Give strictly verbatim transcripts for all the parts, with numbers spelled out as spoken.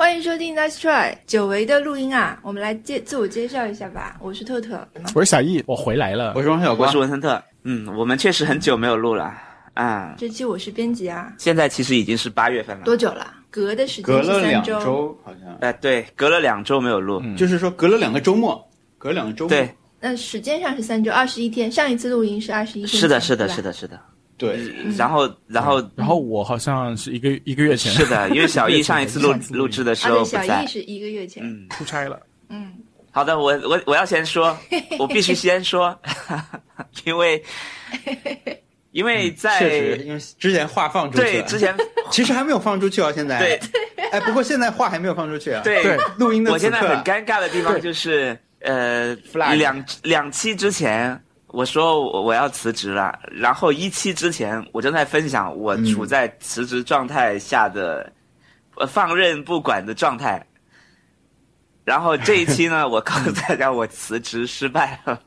欢迎收听 Nice Try 久违的录音啊，我们来介自我介绍一下吧。我是特特， 我是小易，我回来了。 我是王小光， 我是文森特。嗯，我们确实很久没有录了啊。 这期我是编辑啊。 现在其实已经是八月份了。 多久了？隔的时间隔了两周， 周好像。 哎、呃，对，隔了两周没有录、嗯， 就是说隔了两个周末，隔了两个周末。 对， 那时间上是三周，二十一天。上一次录音是二十一天。 是的，是的，是的，是的。 对， 嗯、然后，然后、嗯， 然后我好像是一个一个月前。 是的，因为小易上一次录录制的时候不在。 啊，对，小易是一个月前， 嗯， 出差了。 嗯， 好的，我我我要先说，我必须先说，因为因为在、 嗯、确实，因为之前话放出去了， 对，之前其实还没有放出去哦，现在对， 哎，不过现在话还没有放出去啊。 对， 对录音的我现在很尴尬的地方就是呃，两两期之前。我说我要辞职了，然后一期之前我正在分享我处在辞职状态下的、嗯、呃放任不管的状态，然后这一期呢我告诉大家我辞职失败了。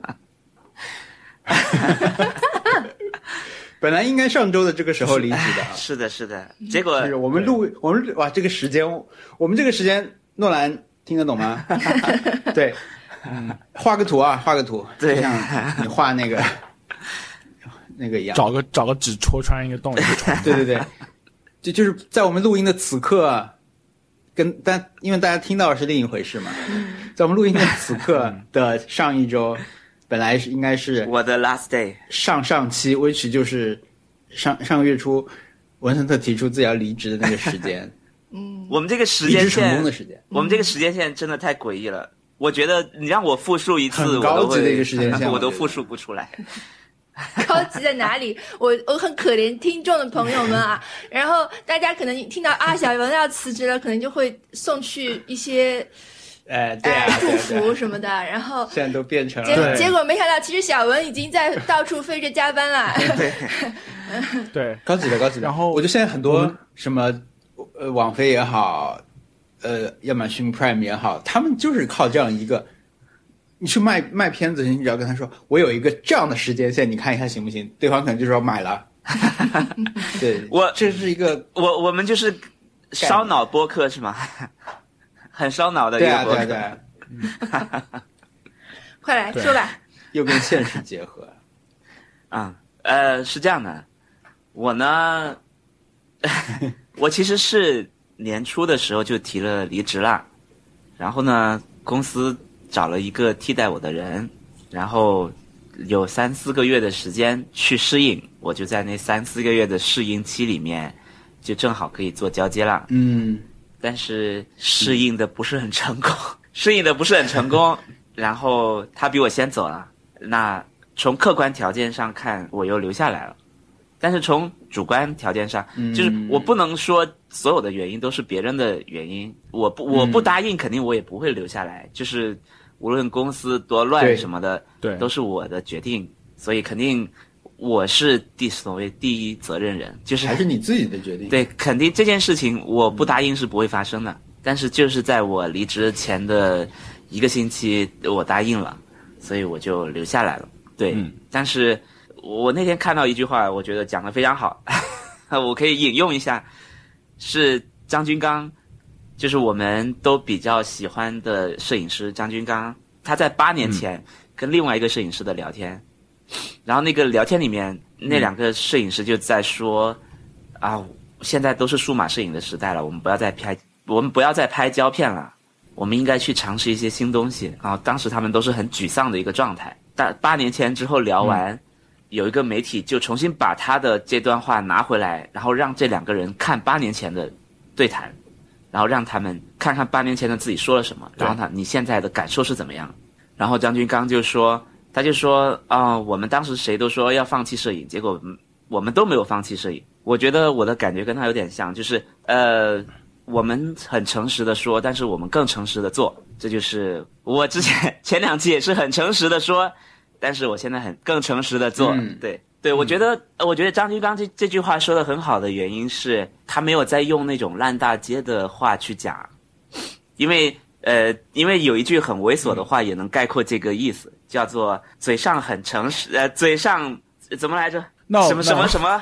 本来应该上周的这个时候离职的、啊、 是的是的，结果是我们录我们哇这个时间我们这个时间诺兰听得懂吗？对。嗯，画个图啊，画个图， 对， 就像你画那个那个一样， 找个找个纸戳穿一个洞一个窗。 对对对，就就是在我们录音的此刻，跟但因为大家听到的是另一回事嘛，在我们录音的此刻的上一周，本来是应该是我的 last day， 上上期 which 就是上上个月初文森特提出自己要离职的那个时间。 嗯， 我们这个时间线， 离职成功的时间， 我们这个时间线真的太诡异了。我觉得你让我复述一次， 很高级的一个时间线， 我都复述不出来。 高级在哪里？我我很可怜听众的朋友们啊。然后大家可能听到啊小文要辞职了，可能就会送去一些， 哎对啊， 祝福什么的。然后现在都变成了， 结结果没想到，其实小文已经在到处飞着加班了。 对对， 高级的高级的。 然后我觉得现在很多什么呃网飞也好。呃，亚马逊 Prime 也好，他们就是靠这样一个，你去卖卖片子，你只要跟他说，我有一个这样的时间线，你看一下行不行？对方可能就说买了。对， 我这是一个， 我我们就是烧脑播客是吗？很烧脑的一个播客。 对啊对啊对啊。 快来说吧。 又跟现实结合。 啊、嗯，呃，是这样的，我呢，我其实是。年初的时候就提了离职了，然后呢，公司找了一个替代我的人，然后有三四个月的时间去适应，我就在那三四个月的适应期里面，就正好可以做交接了。 嗯， 但是适应的不是很成功，适应的不是很成功，然后他比我先走了。那从客观条件上看，我又留下来了。但是从主观条件上，就是我不能说所有的原因都是别人的原因，我不我不答应，肯定我也不会留下来。就是无论公司多乱什么的， 对， 都是我的决定，所以肯定我是第所谓第一责任人，就是还是你自己的决定。 对，肯定这件事情我不答应是不会发生的。但是就是在我离职前的一个星期，我答应了，所以我就留下来了。对， 嗯、 但是。我那天看到一句话，我觉得讲得非常好，我可以引用一下，是张军刚，就是我们都比较喜欢的摄影师张军刚，他在八年前跟另外一个摄影师的聊天，嗯、然后那个聊天里面，那两个摄影师就在说，嗯、啊，现在都是数码摄影的时代了，我们不要再拍，我们不要再拍胶片了，我们应该去尝试一些新东西。然后当时他们都是很沮丧的一个状态，但八年前之后聊完。嗯有一个媒体就重新把他的这段话拿回来，然后让这两个人看八年前的对谈，然后让他们看看八年前的自己说了什么，然后他你现在的感受是怎么样？然后张军刚就说，他就说啊、呃，我们当时谁都说要放弃摄影，结果我们都没有放弃摄影。我觉得我的感觉跟他有点像，就是呃，我们很诚实的说，但是我们更诚实的做，这就是我之前前两期也是很诚实的说。但是我现在很更诚实的做， 嗯、 对对，我觉得、嗯、我觉得张军刚这这句话说的很好的原因是，他没有在用那种烂大街的话去讲，因为呃，因为有一句很猥琐的话也能概括这个意思，嗯、叫做嘴上很诚实，呃，嘴上怎么来着？ no, 什么什么什么？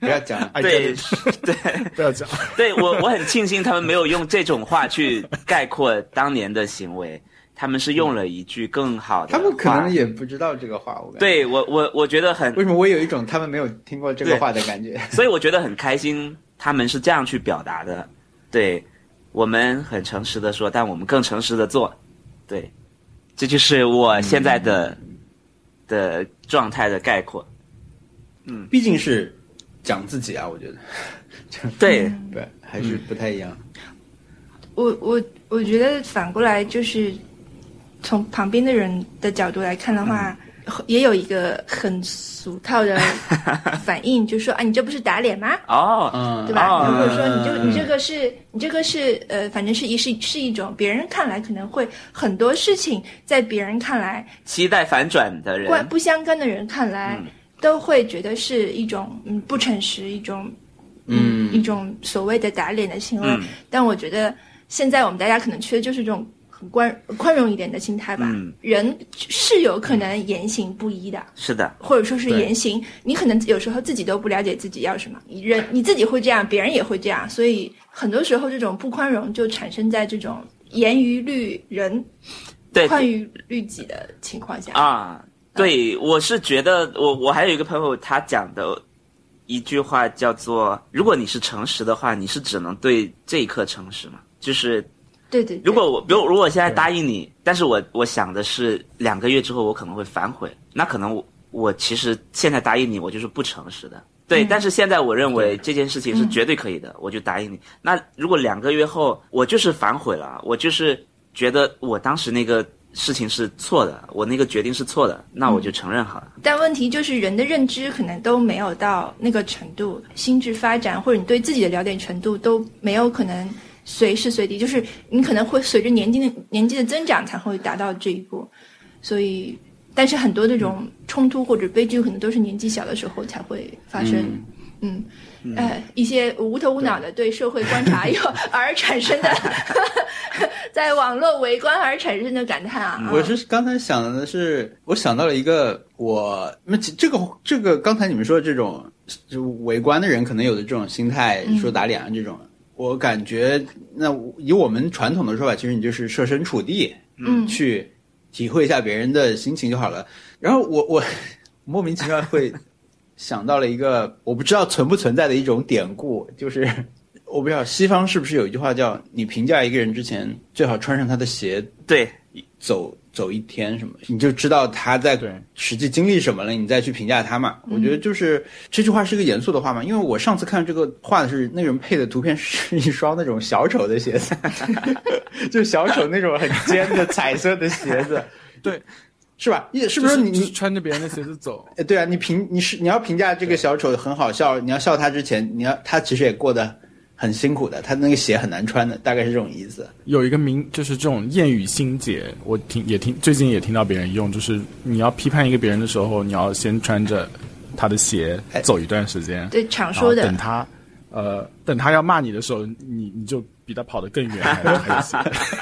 不要讲， 对对， 不要讲。 对我我很庆幸他们没有用这种话去概括当年的行为，他们是用了一句更好的话。 他们可能也不知道这个话，我感觉。 对我我我觉得很为什么我有一种他们没有听过这个话的感觉？ 所以我觉得很开心，他们是这样去表达的。对，我们很诚实的说，但我们更诚实的做。对，这就是我现在的、嗯、的状态的概括。嗯， 毕竟是讲自己啊，我觉得。 对对，还是不太一样。 我我我觉得反过来就是从旁边的人的角度来看的话，嗯、也有一个很俗套的反应，就是说啊，你这不是打脸吗？ 哦， 对吧？ 哦、 如果说你这你这个是你这个是呃，反正是一是是一种别人看来可能会很多事情在别人看来期待反转的人， 不相干的人看来。嗯都会觉得是一种嗯不诚实，一种嗯一种所谓的打脸的行为。嗯、但我觉得现在我们大家可能缺的就是这种很宽宽容一点的心态吧。嗯、人是有可能言行不一的， 是的， 或者说是言行，你可能有时候自己都不了解自己要什么，人你自己会这样，别人也会这样，所以很多时候这种不宽容就产生在这种严于律人， 对宽于律己的情况下啊。对，我是觉得我我还有一个朋友，他讲的一句话叫做：如果你是诚实的话，你是只能对这一刻诚实嘛？就是对对对。 如果我比如如果我现在答应你，但是我我想的是两个月之后我可能会反悔，那可能我我其实现在答应你，我就是不诚实的。对，嗯、但是现在我认为这件事情是绝对可以的，嗯、我就答应你。那如果两个月后我就是反悔了，我就是觉得我当时那个。事情是错的，我那个决定是错的，那我就承认好了。 嗯、但问题就是人的认知可能都没有到那个程度，心智发展或者你对自己的了解程度都没有可能随时随地，就是你可能会随着年纪的年纪的增长才会达到这一步。所以，但是很多这种冲突或者悲剧可能都是年纪小的时候才会发生。嗯。嗯呃，一些无头无脑的对社会观察有而产生的，在网络围观而产生的感叹啊！ 我是刚才想的是，我想到了一个我那这个这个刚才你们说的这种就围观的人可能有的这种心态，说打脸啊这种，嗯、我感觉那以我们传统的说法，其实你就是设身处地，嗯，去体会一下别人的心情就好了。然后我我莫名其妙会。想到了一个我不知道存不存在的一种典故，就是我不知道西方是不是有一句话叫你评价一个人之前最好穿上他的鞋， 对， 走走一天什么，你就知道他在实际经历什么了，你再去评价他嘛。我觉得就是这句话是个严肃的话嘛，因为我上次看这个话的是那个人配的图片是一双那种小丑的鞋子，就小丑那种很尖的彩色的鞋子， 对。 是吧？是不是你、 就是、穿着别人的鞋子走？ 哎，对啊，你评你是你要评价这个小丑很好笑，你要笑他之前，你要他其实也过得很辛苦的，他那个鞋很难穿的，大概是这种意思。 有一个名就是这种谚语心结，我听也听最近也听到别人用，就是你要批判一个别人的时候，你要先穿着他的鞋走一段时间， 对，常说的， 等他呃等他要骂你的时候，你你就比他跑得更远，还是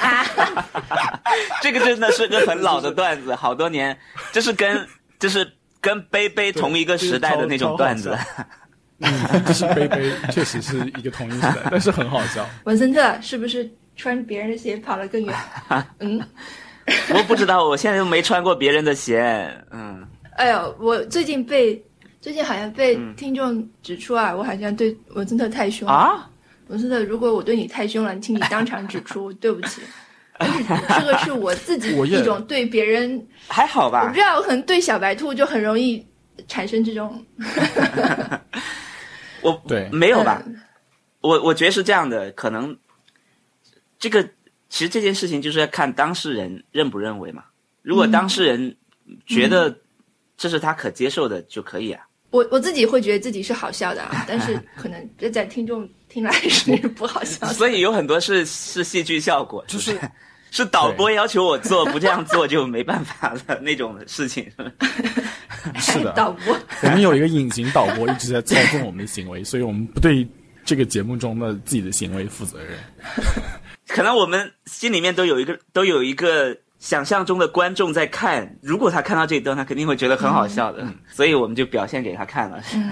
这个真的是个很老的段子，好多年，这是跟这是跟贝贝同一个时代的那种段子。 嗯，这是贝贝，确实是一个同一时代，但是很好笑。 文森特是不是穿别人的鞋跑得更远？嗯， 我不知道，我现在都没穿过别人的鞋。嗯， 哎呦，我最近被最近好像被听众指出啊，嗯、我好像对文森特太凶啊。 文森特，如果我对你太凶了，请你当场指出，对不起。而且这个是我自己一种对别人还好吧？ 我不知道，我可能对小白兔就很容易产生这种。 我对没有吧？嗯、我我觉得是这样的，可能这个其实这件事情就是要看当事人认不认为嘛。如果当事人觉得这是他可接受的，就可以啊。 我我自己会觉得自己是好笑的啊，但是可能在听众听来是不好笑的。 所以有很多是是戏剧效果， 就是是导播要求我做，不这样做就没办法了那种事情。 是的， 导播， 我们有一个隐形导播一直在操纵我们的行为，所以我们不对这个节目中的自己的行为负责任。 可能我们心里面都有一个都有一个想象中的观众在看，如果他看到这一段，他肯定会觉得很好笑的，嗯、所以我们就表现给他看了。 嗯，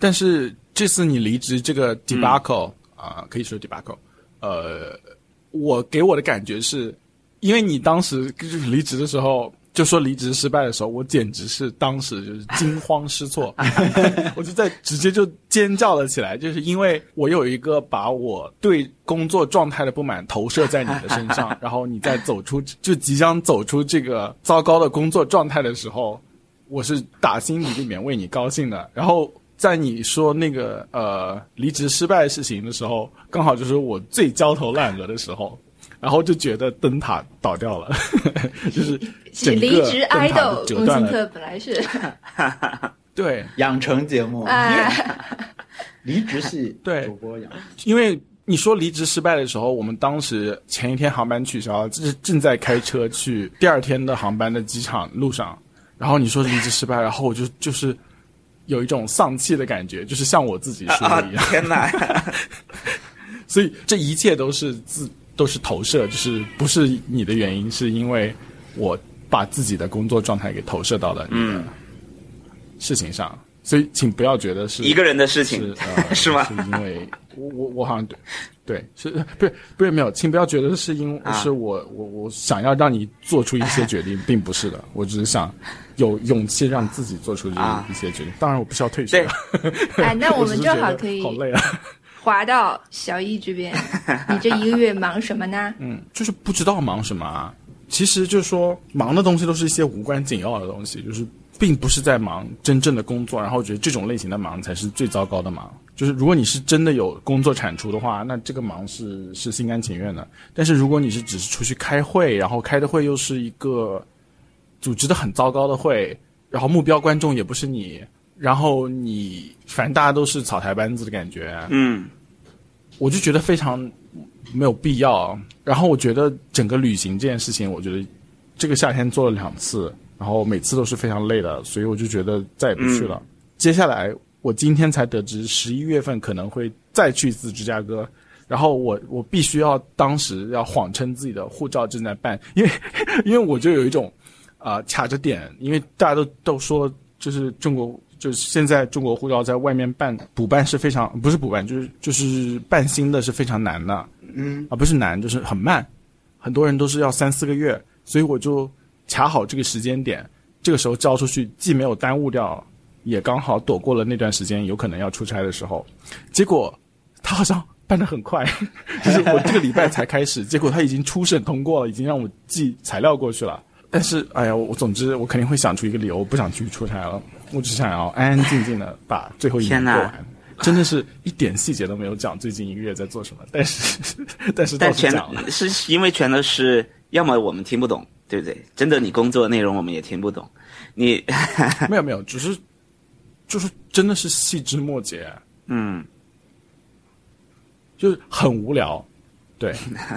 但是这次你离职这个 debacle 啊、嗯呃，可以说 debacle， 呃，我给我的感觉是，因为你当时就是离职的时候。就说离职失败的时候，我简直是当时就是惊慌失措，我就在直接就尖叫了起来，就是因为我有一个把我对工作状态的不满投射在你的身上，然后你在走出就即将走出这个糟糕的工作状态的时候，我是打心底里面为你高兴的。然后在你说那个呃离职失败的事情的时候，刚好就是我最焦头烂额的时候。然后就觉得灯塔倒掉了，就是整个离职灯塔 idol 折断了。 孟辛克本来是对养成节目，离职系对主播养， 因为你说离职失败的时候，我们当时前一天航班取消，就是正在开车去第二天的航班的机场路上，然后你说离职失败，然后我就就是有一种丧气的感觉，就是像我自己说的一样。 啊、天哪！ 所以这一切都是自。都是投射，就是不是你的原因，是因为我把自己的工作状态给投射到了你的事情上，嗯、所以请不要觉得是一个人的事情， 是、呃、 是吗？ 是因为我我我好像对对是不是不是没有，请不要觉得是因、啊、是我我我想要让你做出一些决定，并不是的，我只是想有勇气让自己做出这一些决定。啊、当然我不是要退学， 哎，那我们正好可以好累啊。 滑到小易这边，你这一个月忙什么呢？ 嗯，就是不知道忙什么啊。其实就是说，忙的东西都是一些无关紧要的东西，就是并不是在忙真正的工作。然后我觉得这种类型的忙才是最糟糕的忙。就是如果你是真的有工作产出的话，那这个忙是是心甘情愿的。但是如果你是只是出去开会，然后开的会又是一个组织的很糟糕的会，然后目标观众也不是你。然后你反正大家都是草台班子的感觉， 嗯， 我就觉得非常没有必要。然后我觉得整个旅行这件事情，我觉得这个夏天做了两次，然后每次都是非常累的，所以我就觉得再也不去了。嗯、接下来我今天才得知，十一月份可能会再去一次芝加哥，然后我我必须要当时要谎称自己的护照正在办，因为因为我就有一种啊、呃、卡着点，因为大家都都说就是中国。就是现在中国护照在外面办补办是非常不是补办就是就是办新的是非常难的， 嗯啊不是难就是很慢，很多人都是要三四个月，所以我就卡好这个时间点，这个时候交出去既没有耽误掉，也刚好躲过了那段时间有可能要出差的时候。结果他好像办得很快，就是我这个礼拜才开始，结果他已经初审通过了，已经让我寄材料过去了。但是哎呀，我总之我肯定会想出一个理由，我不想去出差了。我只想要安安静静的把最后一年过完，真的是一点细节都没有讲最近一个月在做什么，但是但是倒是讲了， 是因为全都是要么我们听不懂，对不对？真的你工作的内容我们也听不懂，你没有没有，只是就是真的是细枝末节， 嗯， 就是很无聊，对，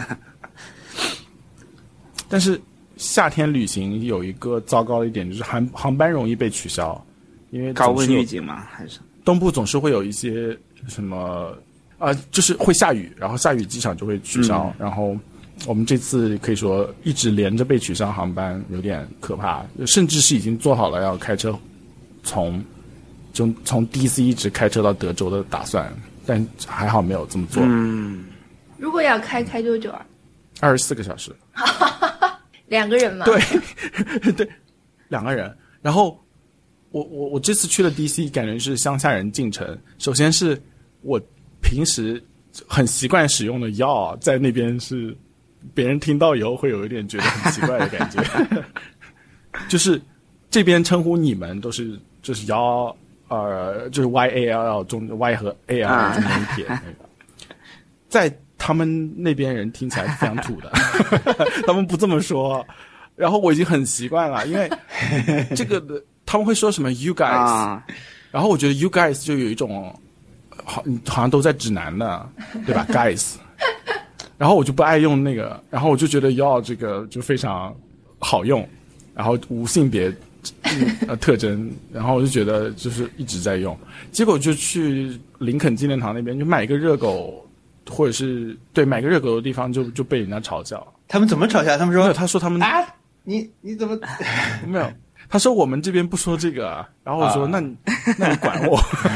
但是。夏天旅行有一个糟糕的一点，就是航航班容易被取消，因为高温预警吗？还是东部总是会有一些什么啊、呃，就是会下雨，然后下雨机场就会取消。嗯、然后我们这次可以说一直连着被取消航班，有点可怕，甚至是已经做好了要开车从就从 D C 一直开车到德州的打算，但还好没有这么做。 嗯， 如果要开开多久啊？ 二十四个小时。 两个人吗？ 对，对，两个人。然后我我我这次去了 D C， 感觉是乡下人进城。首先是我平时很习惯使用的药，在那边是别人听到以后会有一点觉得很奇怪的感觉。就是这边称呼你们都是就是幺呃就是 Y A L L 中 Y 和 A L L 中间一撇那个，在。他们那边人听起来非常土的，他们不这么说，然后我已经很习惯了，因为这个的他们会说什么 you guys，、啊、然后我觉得 you guys 就有一种好好像都在指男的，对吧 guys， 然后我就不爱用那个，然后我就觉得 y'all 这个就非常好用，然后无性别呃特征，然后我就觉得就是一直在用，结果就去林肯纪念堂那边就买一个热狗。或者是对买个热狗的地方就就被人家嘲笑， 他们怎么嘲笑？他们说， 他说他们啊，你你怎么没有？他说我们这边不说这个，然后我说、啊、那你那你管我？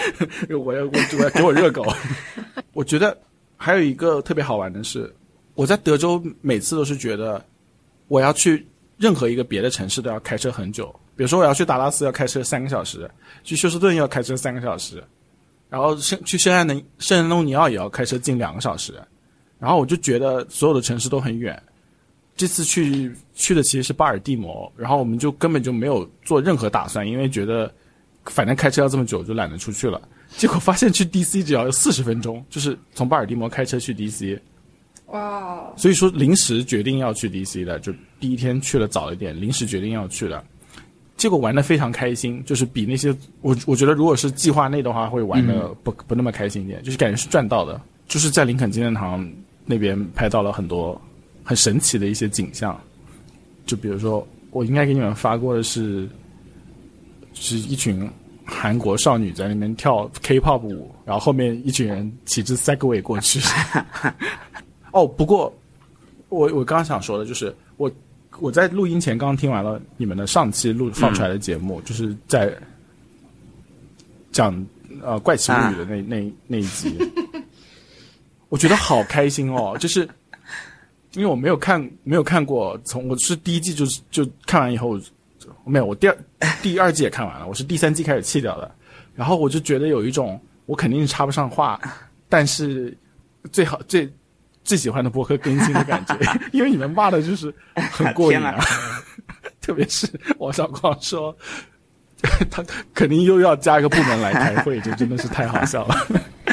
我要我我要给我热狗。我觉得还有一个特别好玩的是，我在德州每次都是觉得我要去任何一个别的城市都要开车很久，比如说我要去达拉斯要开车三个小时，去休斯顿要开车三个小时，然后去圣安的圣安东尼奥也要开车近两个小时，然后我就觉得所有的城市都很远。这次去去的其实是巴尔的摩，然后我们就根本就没有做任何打算，因为觉得反正开车要这么久就懒得出去了。结果发现去 D C 只要四十分钟，就是从巴尔的摩开车去 D C。 哇！ 所以说临时决定要去 D C 的，就第一天去了早一点，临时决定要去的。结果玩得非常开心，就是比那些我我觉得如果是计划内的话会玩得不、嗯、不那么开心一点，就是感觉是赚到的。就是在林肯纪念堂那边拍到了很多很神奇的一些景象，就比如说我应该给你们发过的是是一群韩国少女在那边跳 K-pop 舞，然后后面一群人骑着 Segway 过去。哦，不过我我刚刚想说的就是我我在录音前刚刚听完了你们的上期录放出来的节目，嗯、就是在讲呃怪奇物语的那、啊、那那一集，我觉得好开心哦，就是因为我没有看没有看过，从我是第一季就就看完以后，没有我第二第二季也看完了，我是第三季开始弃掉的，然后我就觉得有一种我肯定是插不上话，但是最好最。最喜欢的播客更新的感觉，因为你们骂的就是很过瘾啊！特别是王小光说他肯定又要加一个部门来开会，就真的是太好笑了。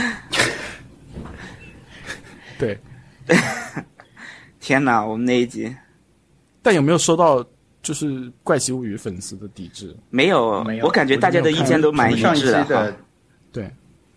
对， 天哪，我们那一集， 但有没有收到就是怪奇物语粉丝的抵制？ 没有， 没有， 我感觉大家的意见都蛮一致的。 的对，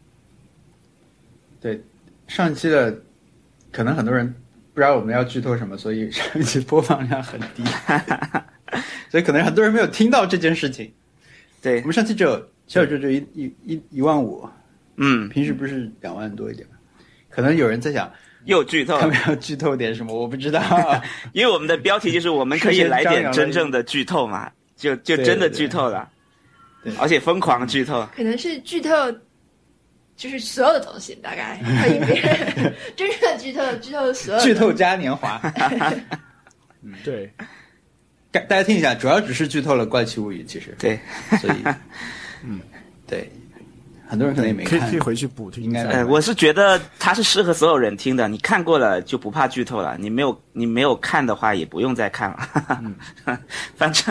对，上期的。可能很多人不知道我们要剧透什么，所以上一期播放量很低，所以可能很多人没有听到这件事情。 对， 我们上期只有小宇宙就一一一一万五， 嗯， 平时不是两万多一点吗？可能有人在想又剧透， 他们要剧透点什么？我不知道， 因为我们的标题就是我们可以来点真正的剧透嘛，就就真的剧透了， 对对对， 而且疯狂剧透， 可能是剧透。就是所有的东西，大概可以别人真正的剧透，剧透所有的剧透嘉年华。 嗯，对， 大家听一下，主要只是剧透了《怪奇物语》，其实对， 所以，嗯，对，很多人可能也没看， 可以可以回去补听。 应该， 呃，我是觉得它是适合所有人听的，你看过了就不怕剧透了，你没有你没有看的话也不用再看了，嗯、反正，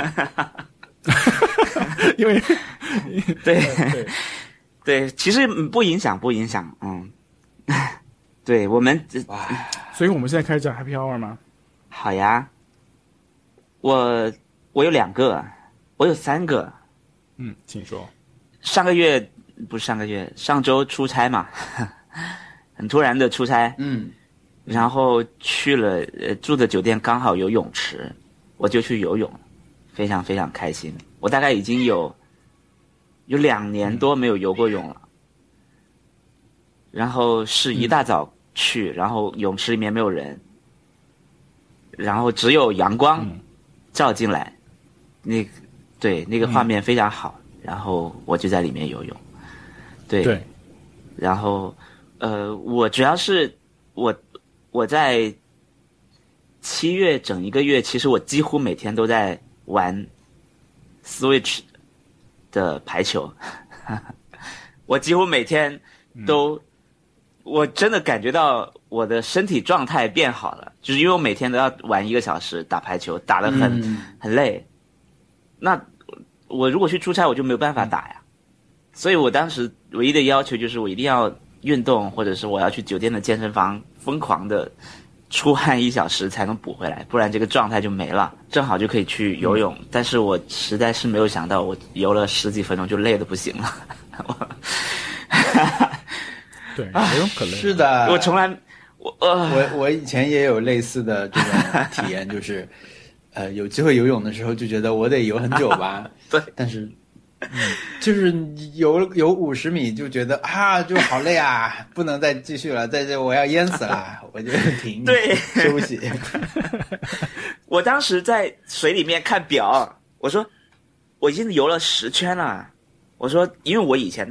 因为对。对对，其实不影响，不影响，嗯，对我们， 所以我们现在开始讲 Happy Hour 吗？ 好呀，我我有两个，我有三个， 嗯，请说。 上个月不是上个月，上周出差嘛，很突然的出差， 嗯， 然后去了呃住的酒店刚好有泳池，我就去游泳，非常非常开心。我大概已经有。有两年多没有游过泳了，然后是一大早去，嗯、然后泳池里面没有人，然后只有阳光照进来，嗯、那对那个画面非常好，嗯、然后我就在里面游泳，对， 对然后呃，我主要是我我在七月整一个月，其实我几乎每天都在玩 Switch。的排球，我几乎每天都、嗯，我真的感觉到我的身体状态变好了，就是因为我每天都要玩一个小时打排球，打得很、嗯、很累。那我如果去出差，我就没有办法打呀。嗯、所以我当时唯一的要求就是我一定要运动，或者是我要去酒店的健身房疯狂的出汗一小时才能补回来，不然这个状态就没了。正好就可以去游泳，嗯、但是我实在是没有想到，我游了十几分钟就累得不行了。 对，游泳可累。 是的， 我从来，我呃， 我我以前也有类似的这种体验，就是呃，有机会游泳的时候就觉得我得游很久吧。 对， 但是。嗯，就是游游五十米就觉得啊，就好累啊，不能再继续了，在这我要淹死了，我就停， 对， 休息。 我当时在水里面看表，我说我已经游了十圈了，我说因为我以前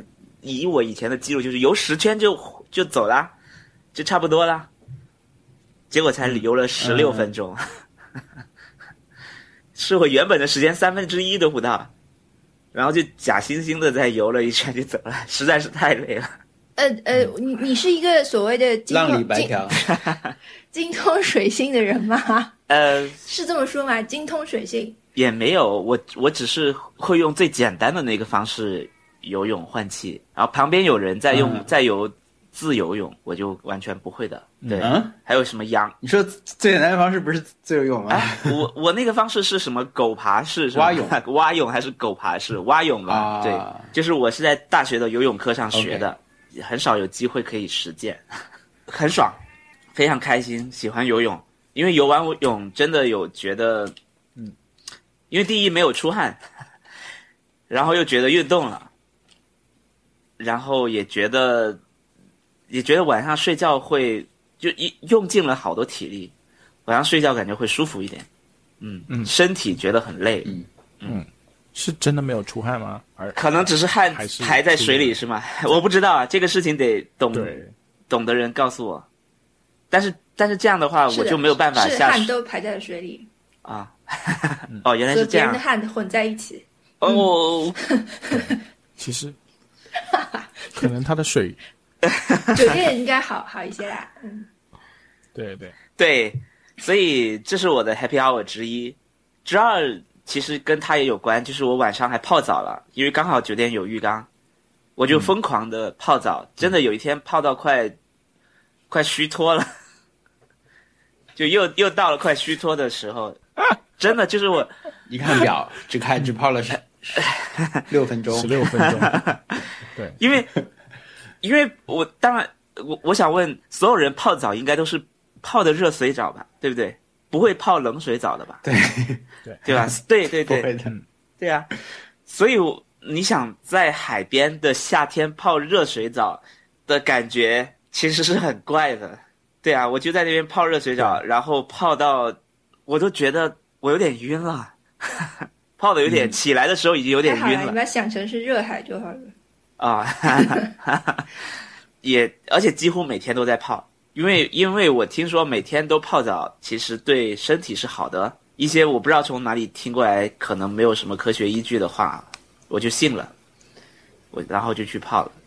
以我以前的记录，就是游十圈就就走了，就差不多了。结果才游了十六分钟，嗯、是我原本的时间三分之一都不到，然后就假惺惺的再游了一圈就走了，实在是太累了。 呃呃，你你是一个所谓的精通浪里白条、 精通水性的人吗？ 呃， 是这么说吗？精通水性也没有，我我只是会用最简单的那个方式游泳换气，然后旁边有人在用、嗯、在游自由泳，我就完全不会的。对， 嗯， 还有什么仰？ 你说最简单的方式不是自由泳吗？ 哎、我我那个方式是什么？狗爬式是吧？ 蛙泳， 蛙泳还是狗爬式？蛙泳吧、啊。对，就是我是在大学的游泳课上学的， okay. 很少有机会可以实践，很爽，非常开心，喜欢游泳。因为游完泳真的有觉得，嗯，因为第一没有出汗，然后又觉得运动了，然后也觉得。也觉得晚上睡觉会就一用尽了好多体力，晚上睡觉感觉会舒服一点，嗯嗯，身体觉得很累， 嗯嗯，是真的没有出汗吗？而可能只是汗排在水里是吗？我不知道啊，这个事情得懂懂的人告诉我。但是但是这样的话，我就没有办法下。 是汗都排在了水里啊，哦，原来是这样， 和别人的汗混在一起。 哦， 其实可能它的水。 酒店应该好好一些啦，嗯， 对对对，所以这是我的 happy hour 之一。之二其实跟它也有关，就是我晚上还泡澡了，因为刚好酒店有浴缸，我就疯狂的泡澡，嗯、真的有一天泡到快快虚脱了，就又又到了快虚脱的时候，真的就是我一看表，只看只泡了十六分钟， 十六分钟，对， 因为。因为我当然，我我想问，所有人泡澡应该都是泡的热水澡吧，对不对？不会泡冷水澡的吧？ 对， 对， 对吧？对对对， 不会的， 对啊。所以你想在海边的夏天泡热水澡的感觉，其实是很怪的。对啊，我就在那边泡热水澡，然后泡到我都觉得我有点晕了，泡的有点、嗯，起来的时候已经有点晕了。 你把它想成是热海就好了。 啊、哦，也而且几乎每天都在泡，因为因为我听说每天都泡澡其实对身体是好的，一些我不知道从哪里听过来，可能没有什么科学依据的话，我就信了，我然后就去泡了。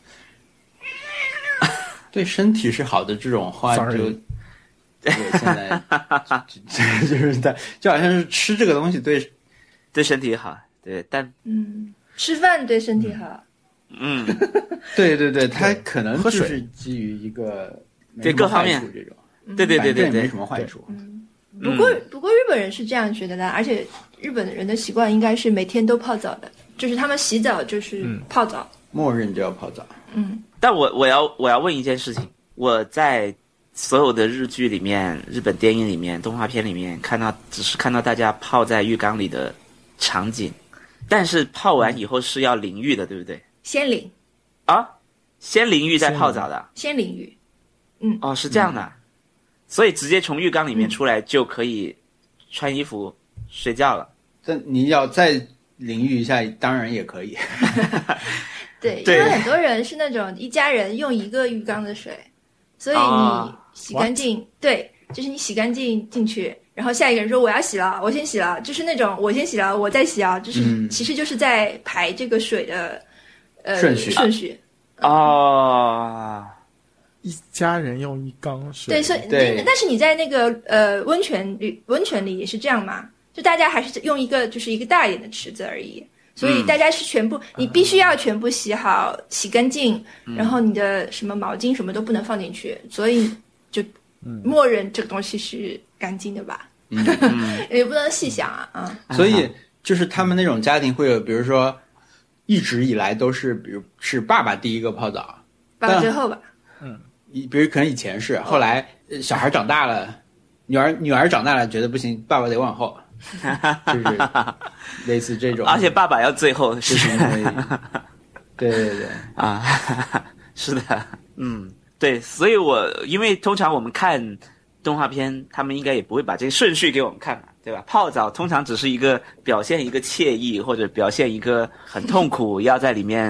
对身体是好的这种话就，对现在就就是在就好像是吃这个东西对对身体好，对，但嗯，吃饭对身体好。 嗯， 对对对，它可能就是基于一个对各方面这种， 对对对对对， 没什么坏处。 嗯，不过不过日本人是这样觉得的，而且日本人的习惯应该是每天都泡澡的，就是他们洗澡就是泡澡， 嗯、默认就要泡澡。 嗯， 但我我要我要问一件事情，我在所有的日剧里面、日本电影里面、动画片里面看到，只是看到大家泡在浴缸里的场景，但是泡完以后是要淋浴的，对不对？ 先淋啊，先淋浴再泡澡的。 先淋浴，嗯， 哦，是这样的，嗯、所以直接从浴缸里面出来就可以穿衣服睡觉了。 但你要再淋浴一下，当然也可以。 对，因为很多人是那种一家人用一个浴缸的水，所以你洗干净，哦、对，就是你洗干净进去，然后下一个人说我要洗了，我先洗了，就是那种我先洗了，我再洗啊，就是、嗯、其实就是在排这个水的。呃， 顺序顺序哦， 一家人用一缸水， 对，所以对， 但是你在那个呃温泉里，温泉里也是这样嘛？就大家还是用一个就是一个大一点的池子而已，所以大家是全部，嗯、你必须要全部洗好、洗干净，嗯、然后你的什么毛巾什么都不能放进去，所以就默认这个东西是干净的吧？ 嗯， 也不能细想啊啊！ 所以就是他们那种家庭会有，比如说。一直以来都是，比如是爸爸第一个泡澡， 爸爸最后吧。 嗯，比如可能以前是，后来小孩长大了，女儿女儿长大了，觉得不行，爸爸得往后，就是类似这种。 而且爸爸要最后， 就是因为，对对对啊，是的，嗯，对，所以我因为通常我们看动画片，他们应该也不会把这个顺序给我们看嘛。对吧？泡澡通常只是一个表现一个惬意，或者表现一个很痛苦，要在里面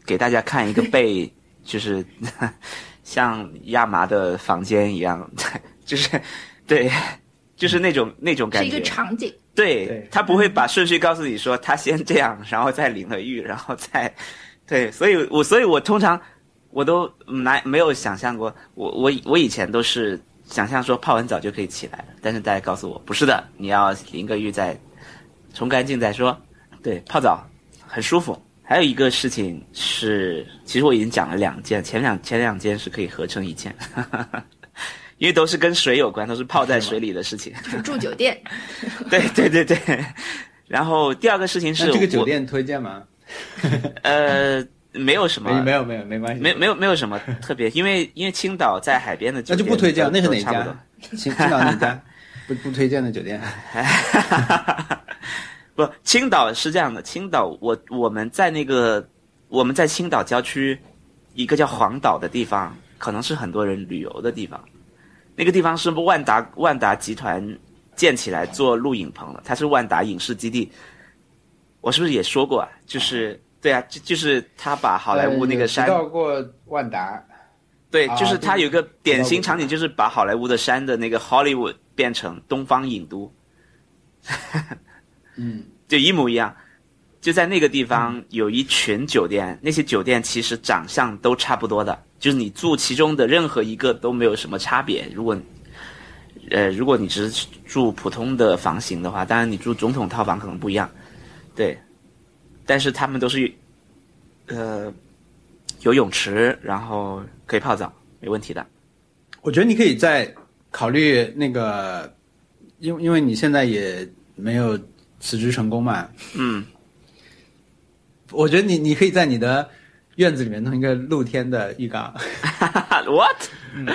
给大家看一个被就是像亚麻的房间一样，就是对，就是那种那种感觉， 是一个场景。 对， 对他不会把顺序告诉你说他先这样，然后再淋了浴，然后再对，所以我所以我通常我都来没有想象过，我我我以前都是想象说泡完澡就可以起来了，但是大家告诉我不是的，你要淋个浴再冲干净再说。对，泡澡很舒服。还有一个事情是，其实我已经讲了两件，前两前两件是可以合成一件，因为都是跟水有关，都是泡在水里的事情。 就是住酒店。 对对对对。然后第二个事情是， 那这个酒店推荐吗？ 呃，没有什么， 没有没有没关系， 没没有没有什么特别，因为因为青岛在海边的酒店那就不推荐。那是哪家？ 青青岛哪家？不不推荐的酒店。 不，青岛是这样的，青岛我我们在那个我们在青岛郊区一个叫黄岛的地方，可能是很多人旅游的地方。那个地方是万达万达集团建起来做录影棚的，它是万达影视基地。我是不是也说过啊？就是对啊，就就是他把好莱坞那个山提到过万达。 对， 啊就是他有一个典型场景，就是把好莱坞的山的那个 Hollywood 变成东方影都。 嗯， 就一模一样。就在那个地方有一群酒店，那些酒店其实长相都差不多的，就是你住其中的任何一个都没有什么差别。如果呃如果你只是住普通的房型的话，当然你住总统套房可能不一样，对。但是他们都是呃有泳池，然后可以泡澡，没问题的。 我觉得你可以再考虑那个，因因为你现在也没有辞职成功嘛， 嗯， 我觉得你你可以在你的院子里面弄一个露天的浴缸。 What？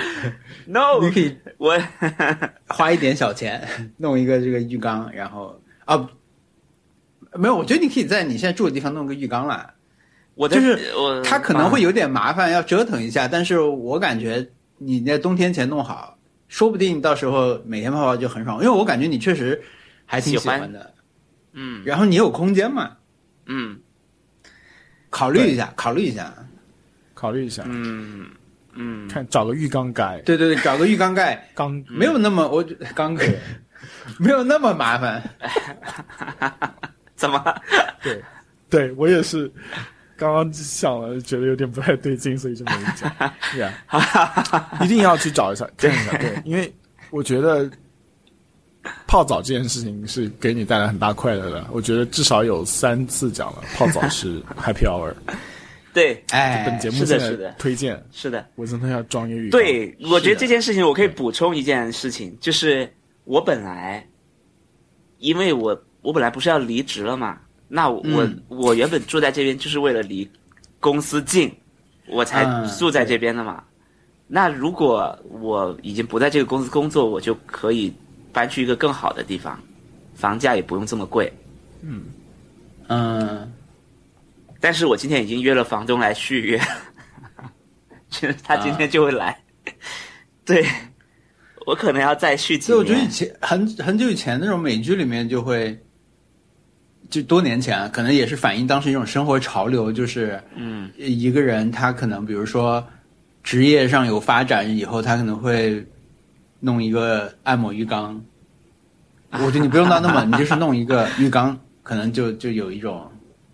No， 你可以我花一点小钱弄一个这个浴缸，然后啊，没有，我觉得你可以在你现在住的地方弄个浴缸啦。 我的就是我它可能会有点麻烦，要折腾一下，但是我感觉你在冬天前弄好，说不定到时候每天泡泡就很爽，因为我感觉你确实还挺喜欢的。 嗯， 然后你有空间嘛？ 嗯， 考虑一下，考虑一下， 考虑一下， 嗯嗯， 看找个浴缸盖， 对对对，找个浴缸盖， 缸没有那么我缸盖没有那么麻烦。 怎么？ 对，对我也是。刚刚想了，觉得有点不太对劲，所以就没讲。yeah. 一定要去找一下看一下，对，因为我觉得泡澡这件事情是给你带来很大快乐的。我觉得至少有三次讲了，泡澡是 happy hour。 对， 哎， 本节目是的， 现在是的， 推荐是的， 我真的要装一个浴缸。 对，我觉得这件事情我可以补充一件事情，就是我本来，因为我我本来不是要离职了嘛。那我、嗯、我原本住在这边就是为了离公司近，我才住在这边的嘛。嗯、那如果我已经不在这个公司工作，我就可以搬去一个更好的地方，房价也不用这么贵。 嗯嗯， 但是我今天已经约了房东来续约，就是他今天就会来。啊、对，我可能要再续几年。 所以我觉得以前很很久以前那种美剧里面就会。就多年前可能也是反映当时一种生活潮流，就是嗯， 一个人他可能比如说职业上有发展以后，他可能会弄一个按摩浴缸。我觉得你不用到那么，你就是弄一个浴缸，可能就就有一种，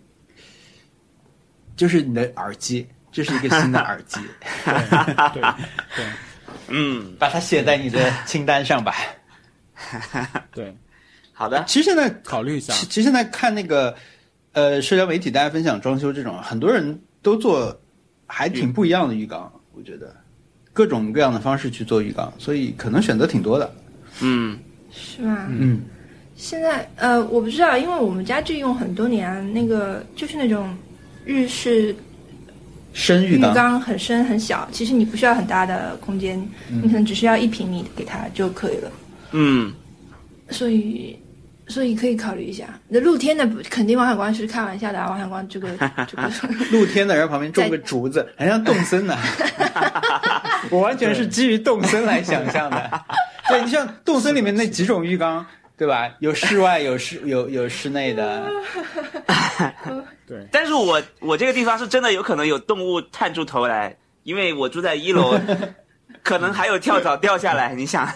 就是你的耳机，这是一个新的耳机。 对对对， 嗯， 把它写在你的清单上吧。 对。 好的， 其实现在考虑一下。 其实现在看那个，呃，社交媒体大家分享装修这种，很多人都做还挺不一样的浴缸，嗯、我觉得各种各样的方式去做浴缸，所以可能选择挺多的。 嗯， 是吗？ 嗯， 现在呃，我不知道，因为我们家这用很多年，那个就是那种日式深浴缸， 浴缸很深很小，其实你不需要很大的空间，嗯、你可能只需要一平米给它就可以了。 嗯， 所以。所以可以考虑一下，那露天的肯定王小光是开玩笑的啊！王小光这个这个露天的，然后旁边种个竹子，很像动森呢、啊。我完全是基于动森来想象的。对，你像动森里面那几种浴缸，对吧？有室外，有室有有室内的。 对， 但是我我这个地方是真的有可能有动物探出头来，因为我住在一楼，可能还有跳蚤掉下来。你想，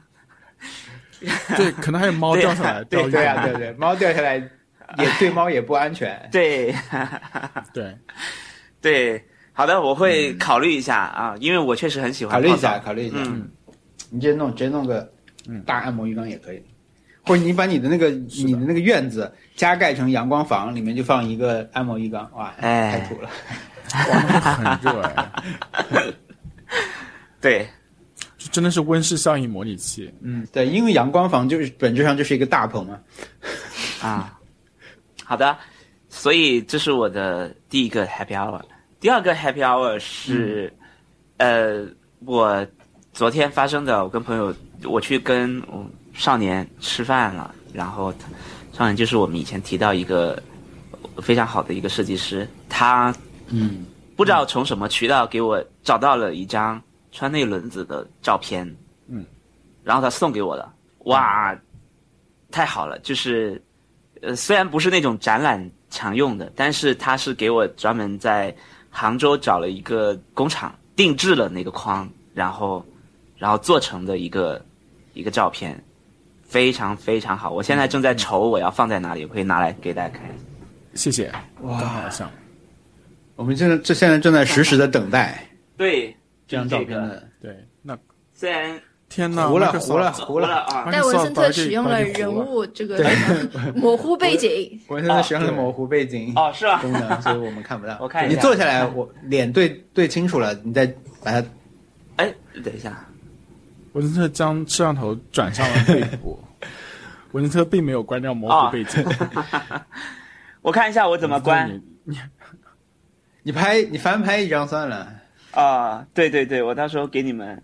对，可能还有猫掉下来， 对掉对啊对对，猫掉下来也对猫也不安全。 对对对，好的，我会考虑一下啊，因为我确实很喜欢考虑一泡澡下，考虑一下。 嗯， 你直接弄直接弄个大按摩浴缸也可以，或者你把你的那个你的那个院子加盖成阳光房，里面就放一个按摩浴缸，哇， 哎太土了。 哇，那很热哎， 对， 就真的是温室效应模拟器。 嗯，对，因为阳光房就是本质上就是一个大棚嘛。 啊，好的，所以这是我的第一个 happy hour。第二个 happy hour 是，嗯、呃，我昨天发生的，我跟朋友我去跟少年吃饭了，然后少年就是我们以前提到一个非常好的一个设计师，他嗯不知道从什么渠道给我找到了一张川内轮子的照片， 嗯， 然后他送给我的，哇，太好了，就是呃虽然不是那种展览常用的，但是他是给我专门在杭州找了一个工厂定制了那个框，然后然后做成的一个一个照片，非常非常好。我现在正在愁我要放在哪里，我可以拿来给大家看。 谢谢， 哇刚好像我们现在这现在正在实时的等待对， 这张照片这个的。 对，那虽然天哪， 糊了 Microsoft 糊了糊糊了， 啊， 但文森特使用了人物这个模糊背景， 我现在使用了模糊背景哦是吧？ 功能，所以我们看不到。 我看一下你坐下来，我脸对对清楚了，你再把它。 哎，等一下， 文森特将摄像头转向了背部，文森特并没有关掉模糊背景。 我看一下我怎么关你你你拍你翻拍一张算了。 啊？对对对，我到时候给你们。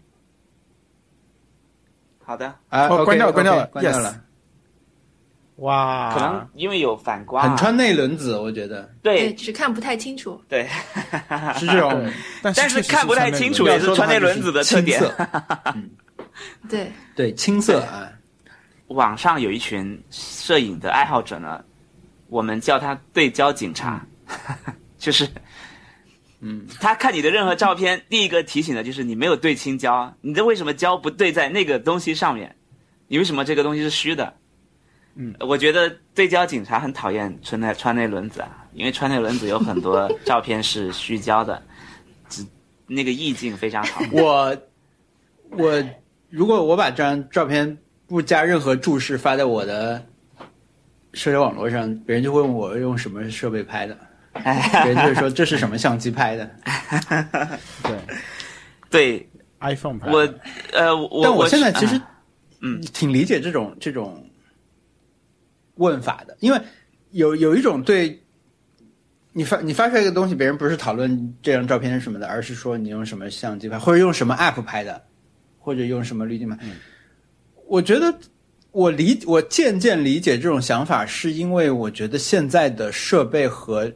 好的， 啊， 哦 OK， 关掉了 OK， 关掉了关掉 yes 了。 哇， 可能因为有反光啊， 很穿内轮子，我觉得对， 对只是看不太清楚。 对， 是这种对，但但是是确实看不太清楚穿也是川内轮子的特点青色嗯， 对， 对，青色啊， 网上有一群摄影的爱好者呢，我们叫他对焦警察，就是， 嗯， 他看你的任何照片，第一个提醒的就是你没有对清焦，你的为什么焦不对在那个东西上面？你为什么这个东西是虚的？ 嗯， 我觉得对焦警察很讨厌川内川内轮子啊，因为川内轮子有很多照片是虚焦的，只那个意境非常好。 我我如果我把这张照片不加任何注释发在我的社交网络上，别人就会问我用什么设备拍的，别人就会说这是什么相机拍的。 对对 iPhone 拍的我，呃，我但我我现在其实嗯挺理解这种这种问法的，因为有有一种对你发你发出来一个东西，别人不是讨论这张照片是什么的，而是说你用什么相机拍，或者用什么 app 拍的，或者用什么滤镜拍。 嗯我觉得我理我渐渐理解这种想法，是因为我觉得现在的设备和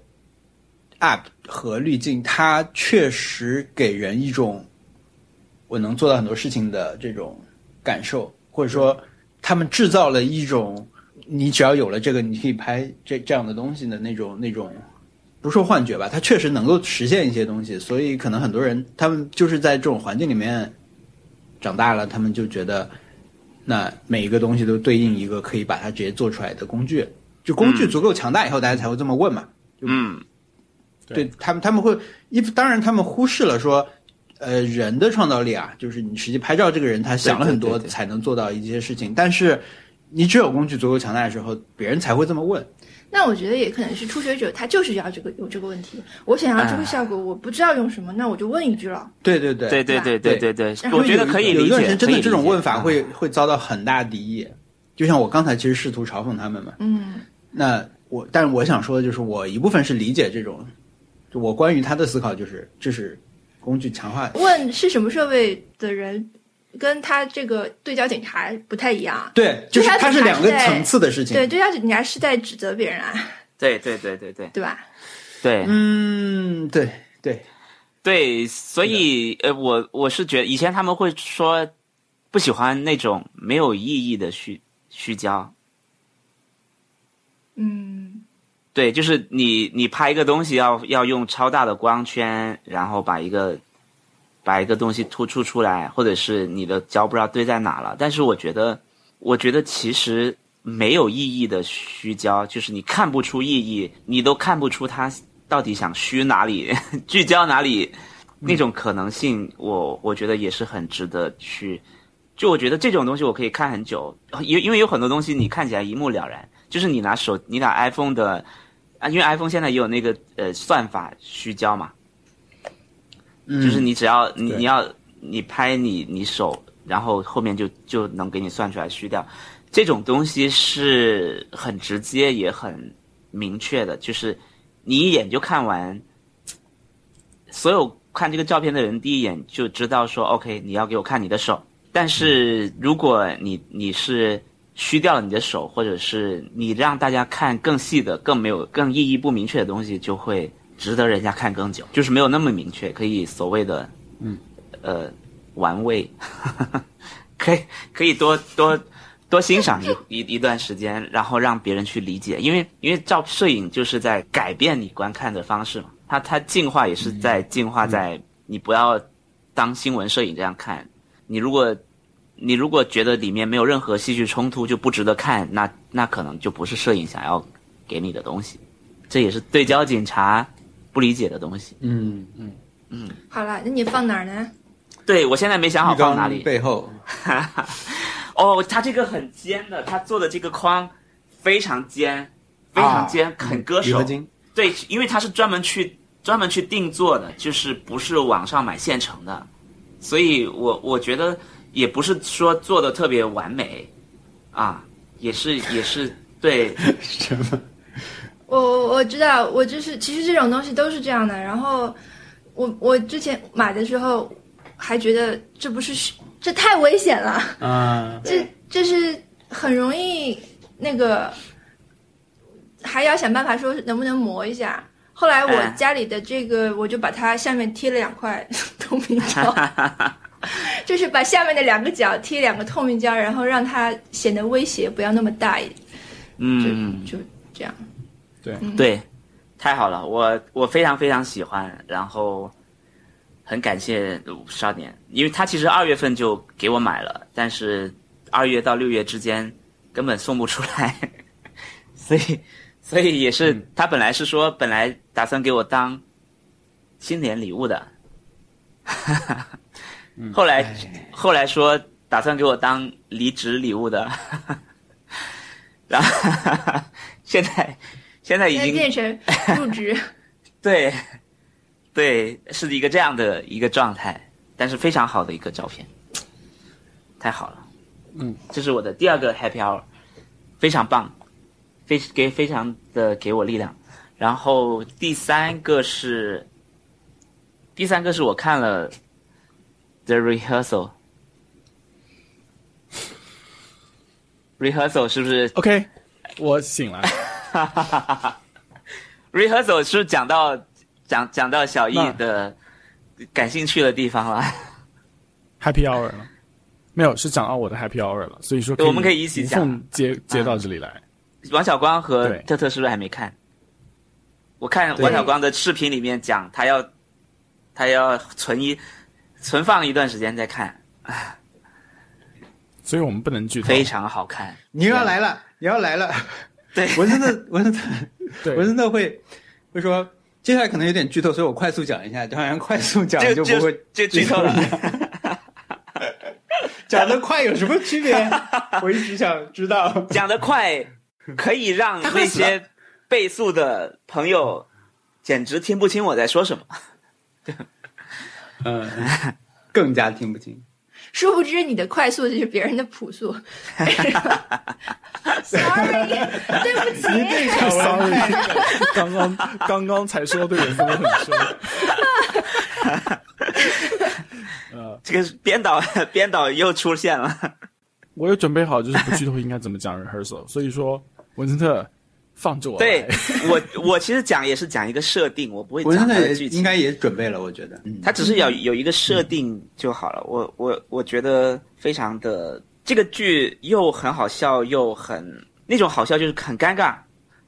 app 和滤镜，它确实给人一种我能做到很多事情的这种感受，或者说他们制造了一种你只要有了这个，你可以拍这这样的东西的那种那种，不是说幻觉吧，它确实能够实现一些东西，所以可能很多人他们就是在这种环境里面长大了，他们就觉得那每一个东西都对应一个可以把它直接做出来的工具，就工具足够强大以后，大家才会这么问嘛。 嗯， 对他们他们会一当然他们忽视了说。呃，人的创造力啊，就是你实际拍照这个人，他想了很多才能做到一些事情。但是，你只有工具足够强大的时候，别人才会这么问。 那我觉得也可能是初学者，他就是要这个有这个问题。我想要这个效果，我不知道用什么，那我就问一句了。 对对对对对对对对对， 然后我觉得可以理解。 有一段时间真的这种问法可以理解会会遭到很大敌意，就像我刚才其实试图嘲讽他们嘛。 嗯， 那我，但是我想说的就是，我一部分是理解这种，就我关于他的思考就是，这是工具强化。 问是什么设备的人，跟他这个对焦警察不太一样。 对，就是它是两个层次的事情。 对，对焦警察是在指责别人啊。 对对对对对对吧？ 对， 嗯，对对对，所以呃，我我是觉得以前他们会说不喜欢那种没有意义的虚虚焦。 嗯， 对，就是你你拍一个东西要要用超大的光圈，然后把一个把一个东西突出出来，或者是你的焦不知道堆在哪了。但是我觉得，我觉得其实没有意义的虚焦，就是你看不出意义，你都看不出它到底想虚哪里，聚焦哪里，那种可能性，我我觉得也是很值得去。就我觉得这种东西我可以看很久，因因为有很多东西你看起来一目了然，就是你拿手你拿 iPhone 的啊，因为 iPhone 现在也有那个呃算法虚焦嘛，嗯，就是你只要你你要你拍你你手，然后后面就就能给你算出来虚掉，这种东西是很直接也很明确的，就是你一眼就看完，所有看这个照片的人第一眼就知道说 OK 你要给我看你的手。但是如果你你是虚掉了你的手，或者是你让大家看更细的更没有更意义不明确的东西，就会值得人家看更久，就是没有那么明确，可以所谓的嗯呃玩味可以可以多多多欣赏一一一段时间，然后让别人去理解，因为因为照摄影就是在改变你观看的方式嘛，它它进化也是在进化在你不要当新闻摄影这样看，你如果你如果觉得里面没有任何戏剧冲突就不值得看，那那可能就不是摄影想要给你的东西，这也是对焦警察不理解的东西。 嗯嗯嗯。好了，那你放哪儿呢？ 对，我现在没想好放哪里。 背后。 哦，它这个很尖的，它做的这个框非常尖，非常尖，啊、很割手。对，因为它是专门去专门去定做的，就是不是网上买现成的，所以我我觉得也不是说做的特别完美，啊，也是也是对。 什么？ 我我知道，我就是其实这种东西都是这样的。然后我我之前买的时候还觉得这不是这太危险了啊，这这是很容易那个，还要想办法说能不能磨一下。后来我家里的这个，我就把它下面贴了两块透明胶，就是把下面的两个角贴两个透明胶，然后让它显得威胁不要那么大一点。 嗯， 就就这样。 对、 嗯、 对，太好了，我我非常非常喜欢，然后很感谢少年，因为他其实二月份就给我买了，但是二月到六月之间根本送不出来，所以所以也是、嗯、他本来是说本来打算给我当新年礼物的，后来、嗯、后来说打算给我当离职礼物的，然后现在现在已经变成入职， 对对，是一个这样的一个状态，但是非常好的一个照片，太好了， 嗯， 这是我的第二个 happy hour， 非常棒，非给非常的给我力量。然后第三个是，第三个是我看了 The Rehearsal， Rehearsal 是不是 ？OK， 我醒了。 Rehearsal 是不是讲到讲讲到小易的感兴趣的地方了 ？Happy Hour 了，没有，是讲到我的 Happy Hour 了，所以说我们可以一起讲， 接接到这里来。 嗯、王小光和特特是不是还没看？我看王小光的视频里面讲，他要他要存一存放一段时间再看， 所以我们不能剧透。 非常好看， 你要来了，你要来了。 对， 文森特，文森特，文森特会会说，接下来可能有点剧透，所以我快速讲一下，就好像快速讲就不会就剧透了。 讲得快有什么区别？我一直想知道。 讲得快可以让那些倍速的朋友简直听不清我在说什么。 嗯，更加听不清。 殊不知你的快速就是别人的朴素。Sorry， 对不起。 你对小 Sorry， 刚刚刚刚才说对文森特很深。 呃，这个编导编导又出现了。 我有准备好，就是不剧透应该怎么讲 rehearsal， 所以说文森特放着我来。 对，我我其实讲也是讲一个设定，我不会讲它的剧情。 应该也准备了，我觉得。 他只是要有一个设定就好了。我我我觉得非常的这个剧又很好笑，又很那种好笑就是很尴尬，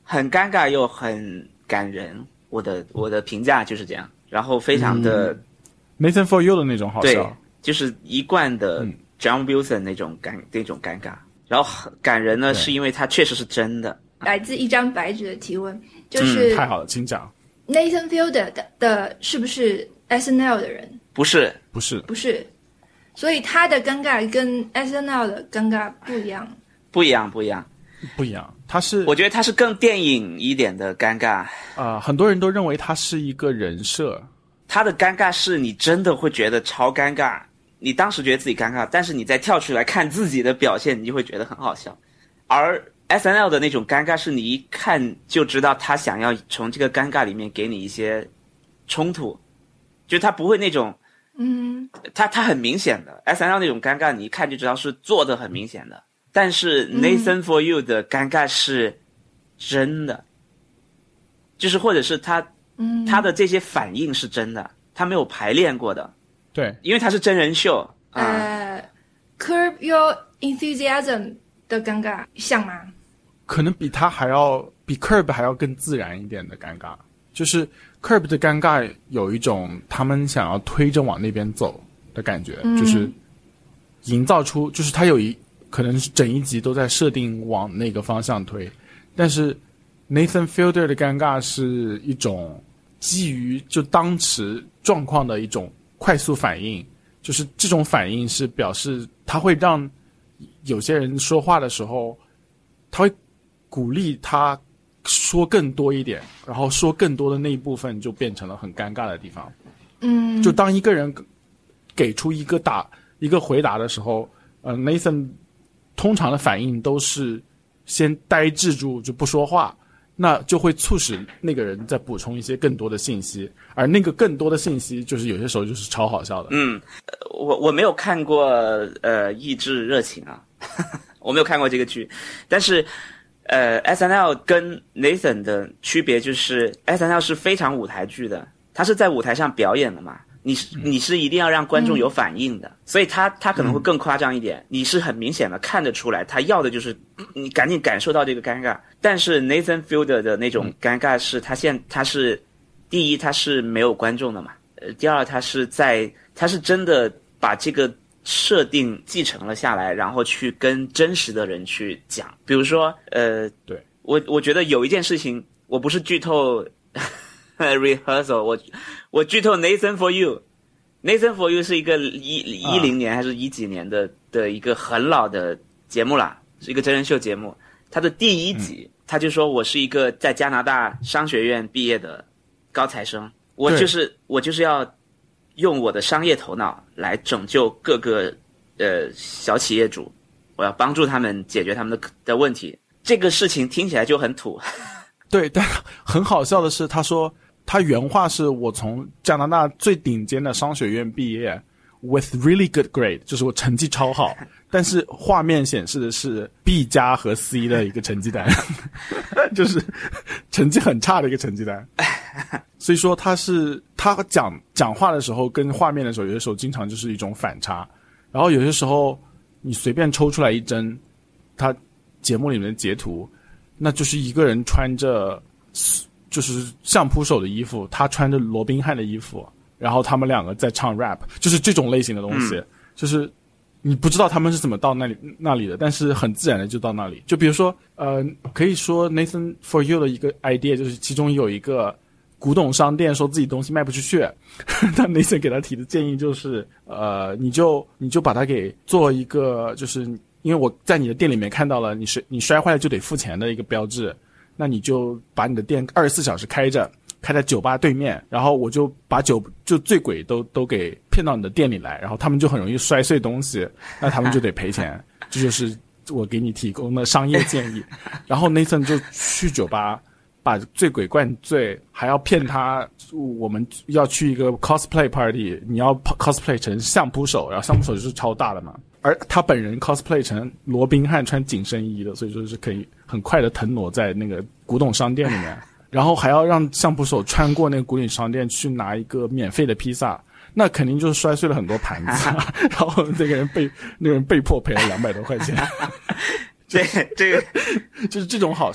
很尴尬又很感人，我的我的评价就是这样。然后非常的、嗯、 Nathan for You 的那种好笑， 对，就是一贯的 John Wilson 那种尴、嗯、那种尴尬。然后感人呢，是因为它确实是真的。 来自一张白纸的提问，就是、 嗯、太好了，请讲。 Nathan Fielder 的, 的是不是 S N L 的人？ 不是， 不是， 不是。所以他的尴尬跟 S N L 的尴尬不一样。 不一样，不一样， 不一样。他是， 我觉得他是更电影一点的尴尬。 啊、呃，很多人都认为他是一个人设。 他的尴尬是你真的会觉得超尴尬。你当时觉得自己尴尬，但是你再跳出来看自己的表现，你就会觉得很好笑。而 S N L 的那种尴尬是你一看就知道他想要从这个尴尬里面给你一些冲突，就是他不会那种， 嗯， 他他很明显的 S N L 那种尴尬，你一看就知道是做的很明显的。但是 Nathan for You 的尴尬是真的，就是或者是他， 嗯， 他的这些反应是真的，他没有排练过的。 对， 因为它是真人秀。 呃、uh, ，Curb Your Enthusiasm 的尴尬像吗？ 可能比他还要比 Curb 还要更自然一点的尴尬，就是 Curb 的尴尬有一种他们想要推着往那边走的感觉， 嗯、 就是营造出，就是他有一可能是整一集都在设定往那个方向推，但是 Nathan Fielder 的尴尬是一种基于就当时状况的一种快速反应，就是这种反应是表示他会让有些人说话的时候，他会鼓励他说更多一点，然后说更多的那一部分就变成了很尴尬的地方。 嗯， 就当一个人给出一个答一个回答的时候，呃 ，Nathan 通常的反应都是先呆滞住就不说话。那就会促使那个人再补充一些更多的信息，而那个更多的信息就是有些时候就是超好笑的。 嗯，我我没有看过呃《意志热情》啊，我没有看过这个剧，但是呃 S N L 跟 Nathan 的区别就是 S N L 是非常舞台剧的，他是在舞台上表演的嘛。你是你是一定要让观众有反应的，嗯、所以他他可能会更夸张一点，嗯、你是很明显的看得出来，他要的就是你赶紧感受到这个尴尬。但是 Nathan Fielder 的那种尴尬是他现他是第一他是没有观众的嘛，呃，第二他是在他是真的把这个设定继承了下来，然后去跟真实的人去讲。比如说呃， 对我我觉得有一件事情，我不是剧透。rehearsal 我我剧透 Nathan for You Nathan for You 是一个一一零年还是一几年的、啊、的一个很老的节目啦，是一个真人秀节目。它的第一集、嗯、他就说我是一个在加拿大商学院毕业的高材生，我就是我就是要用我的商业头脑来拯救各个呃小企业主，我要帮助他们解决他们的的问题。这个事情听起来就很土。 对，但很好笑的是，他说他原话是我从加拿大最顶尖的商学院毕业 ，with really good grade， 就是我成绩超好，但是画面显示的是 B 加和 C 的一个成绩单，就是成绩很差的一个成绩单。所以说他是他讲讲话的时候跟画面的时候，有的时候经常就是一种反差，然后有些时候你随便抽出来一帧，他节目里面的截图。那就是一个人穿着就是相扑手的衣服，他穿着罗宾汉的衣服，然后他们两个在唱 rap， 就是这种类型的东西、嗯、就是你不知道他们是怎么到那里那里的，但是很自然的就到那里。就比如说呃，可以说 Nathan for You 的一个 idea 就是其中有一个古董商店说自己东西卖不出去，但 Nathan 给他提的建议就是呃，你就你就把它给做一个就是因为我在你的店里面看到了你是你摔坏了就得付钱的一个标志，那你就把你的店二十四小时开着，开在酒吧对面，然后我就把酒就醉鬼都都给骗到你的店里来，然后他们就很容易摔碎东西，那他们就得赔钱。这就是我给你提供的商业建议。然后 Nathan 就去酒吧把醉鬼灌醉，还要骗他我们要去一个 cosplay party， 你要 cosplay 成相扑手，然后相扑手就是超大的嘛。而他本人 cosplay 成罗宾汉穿紧身衣的，所以说是可以很快的腾挪在那个古董商店里面，然后还要让相扑手穿过那个古董商店去拿一个免费的披萨，那肯定就是摔碎了很多盘子，然后那个人被那个人被迫赔了两百多块钱。 这这个就是这种好笑，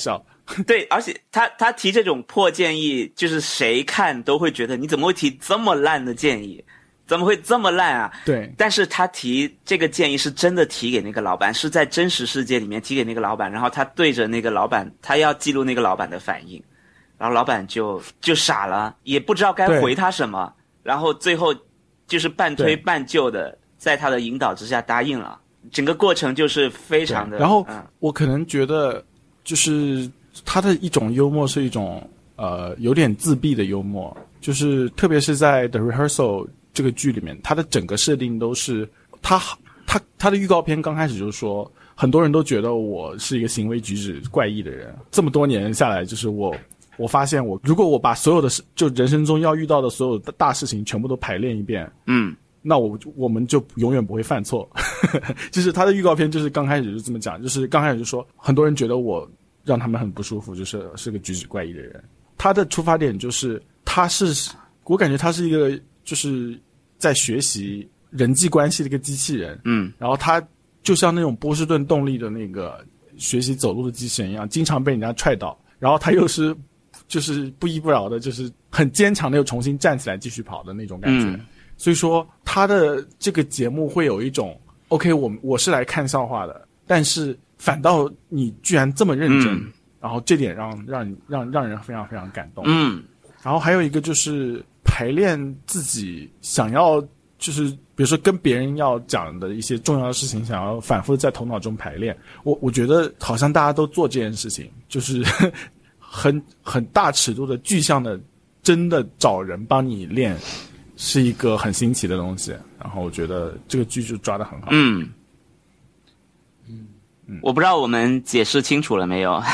对，而且他他提这种破建议，就是谁看都会觉得你怎么会提这么烂的建议，怎么会这么烂啊？ 对， 但是他提这个建议是真的提给那个老板，是在真实世界里面提给那个老板，然后他对着那个老板，他要记录那个老板的反应，然后老板就就傻了，也不知道该回他什么，然后最后就是半推半就的，在他的引导之下答应了。整个过程就是非常的。 然后、 嗯、 我可能觉得，就是他的一种幽默是一种呃有点自闭的幽默，就是特别是在 The Rehearsal 这个剧里面，他的整个设定都是他他他的预告片刚开始就是说，很多人都觉得我是一个行为举止怪异的人，这么多年下来，就是我。我发现我如果我把所有的事，就人生中要遇到的所有的大事情全部都排练一遍， 嗯， 那我我们就永远不会犯错。就是他的预告片就是刚开始就这么讲，就是刚开始就说很多人觉得我让他们很不舒服，就是是个举止怪异的人。他的出发点就是他是我感觉他是一个就是在学习人际关系的一个机器人， 嗯， 然后他就像那种波士顿动力的那个学习走路的机器人一样，经常被人家踹倒，然后他又是就是不依不饶的，就是很坚强的又重新站起来继续跑的那种感觉。 嗯、 所以说他的这个节目会有一种 OK 我我是来看笑话的，但是反倒你居然这么认真、嗯、然后这点让让你让让人非常非常感动。 嗯， 然后还有一个就是排练自己想要就是比如说跟别人要讲的一些重要的事情，想要反复在头脑中排练。我我觉得好像大家都做这件事情，就是很很大尺度的具象的真的找人帮你练，是一个很新奇的东西。然后我觉得这个剧就抓得很好。 嗯嗯嗯，我不知道我们解释清楚了没有。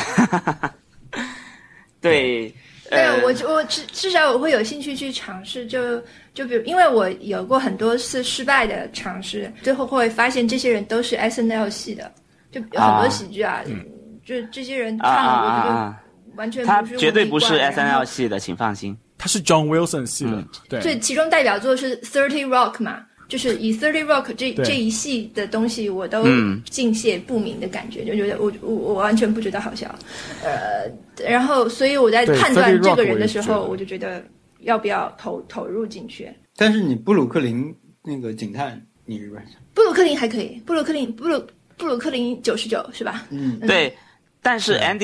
对。 对，我我至至少我会有兴趣去尝试，就就比如，因为我有过很多次失败的尝试，最后会发现这些人都是 S N L 系的，就有很多喜剧啊，啊嗯、就这些人唱了，我觉得完全不是他绝对不是 S N L 系的，请放心， 他是 John Wilson 系的，嗯、对， 最其中代表作是thirty Rock 嘛。就是以thirty Rock 这这一系的东西，我都敬谢不明的感觉，嗯、就觉得我我我完全不觉得好笑，呃，然后所以我在判断这个人的时候，我就觉得要不要投投入进去。 但是你布鲁克林那个警探，你是不是？ 布鲁克林还可以，布鲁克林布鲁布鲁克林九十九是吧？ 嗯， 对。但是 Andy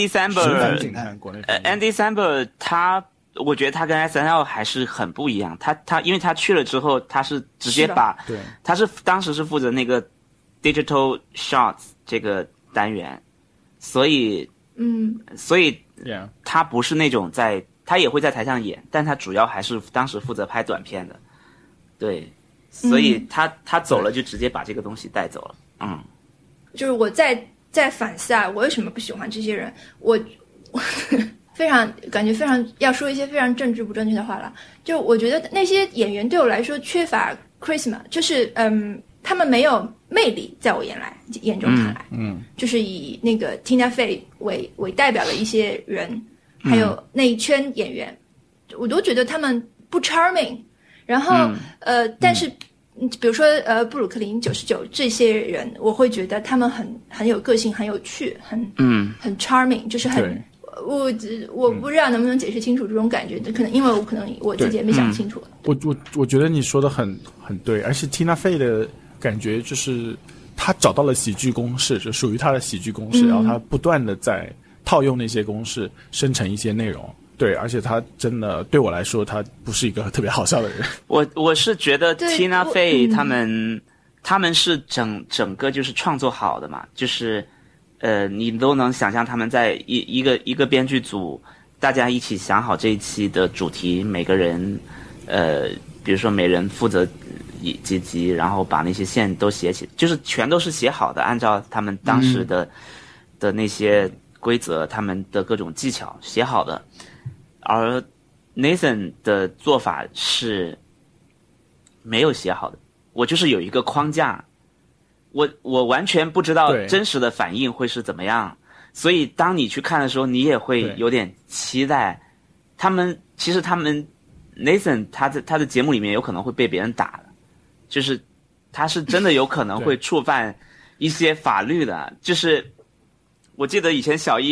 Samberg，Andy Samberg 他。我觉得他跟 S N L 还是很不一样，他他因为他去了之后，他是直接把， 对， 他是当时是负责那个 digital shots 这个单元，所以， 嗯， 所以， yeah. 他不是那种在，他也会在台上演，但他主要还是当时负责拍短片的，对，所以他、嗯、他走了就直接把这个东西带走了，嗯， 就是我在在反思啊，我为什么不喜欢这些人，我。我非常感觉非常要说一些非常政治不正确的话了，就我觉得那些演员对我来说缺乏 charisma， 就是嗯，他们没有魅力，在我眼来眼中看来， 嗯，嗯就是以那个 Tina Fey 为为代表的一些人，还有那一圈演员，嗯、我都觉得他们不 charming， 然后、嗯、呃，但是。嗯，比如说，呃，布鲁克林九十九这些人，我会觉得他们很很有个性，很有趣，很嗯， 很 charming， 就是很我我不知道能不能解释清楚这种感觉，可能因为我可能我自己也没想清楚。 我我我觉得你说的很很对，而且 Tina Fey 的感觉就是她找到了喜剧公式，就属于她的喜剧公式，嗯、然后她不断的在套用那些公式，生成一些内容。对，而且他真的对我来说，他不是一个特别好笑的人。 我我是觉得 Tina Fey 他们、嗯、他们是整整个就是创作好的嘛，就是呃，你都能想象他们在一一个一个编剧组，大家一起想好这一期的主题，每个人呃，比如说每人负责一几集，然后把那些线都写起，就是全都是写好的，按照他们当时的、嗯、的那些规则，他们的各种技巧写好的。而 Nathan 的做法是没有写好的，我就是有一个框架，我我完全不知道真实的反应会是怎么样，所以当你去看的时候，你也会有点期待。他们其实他们 Nathan 他在他的节目里面有可能会被别人打的，就是他是真的有可能会触犯一些法律的。就是我记得以前小易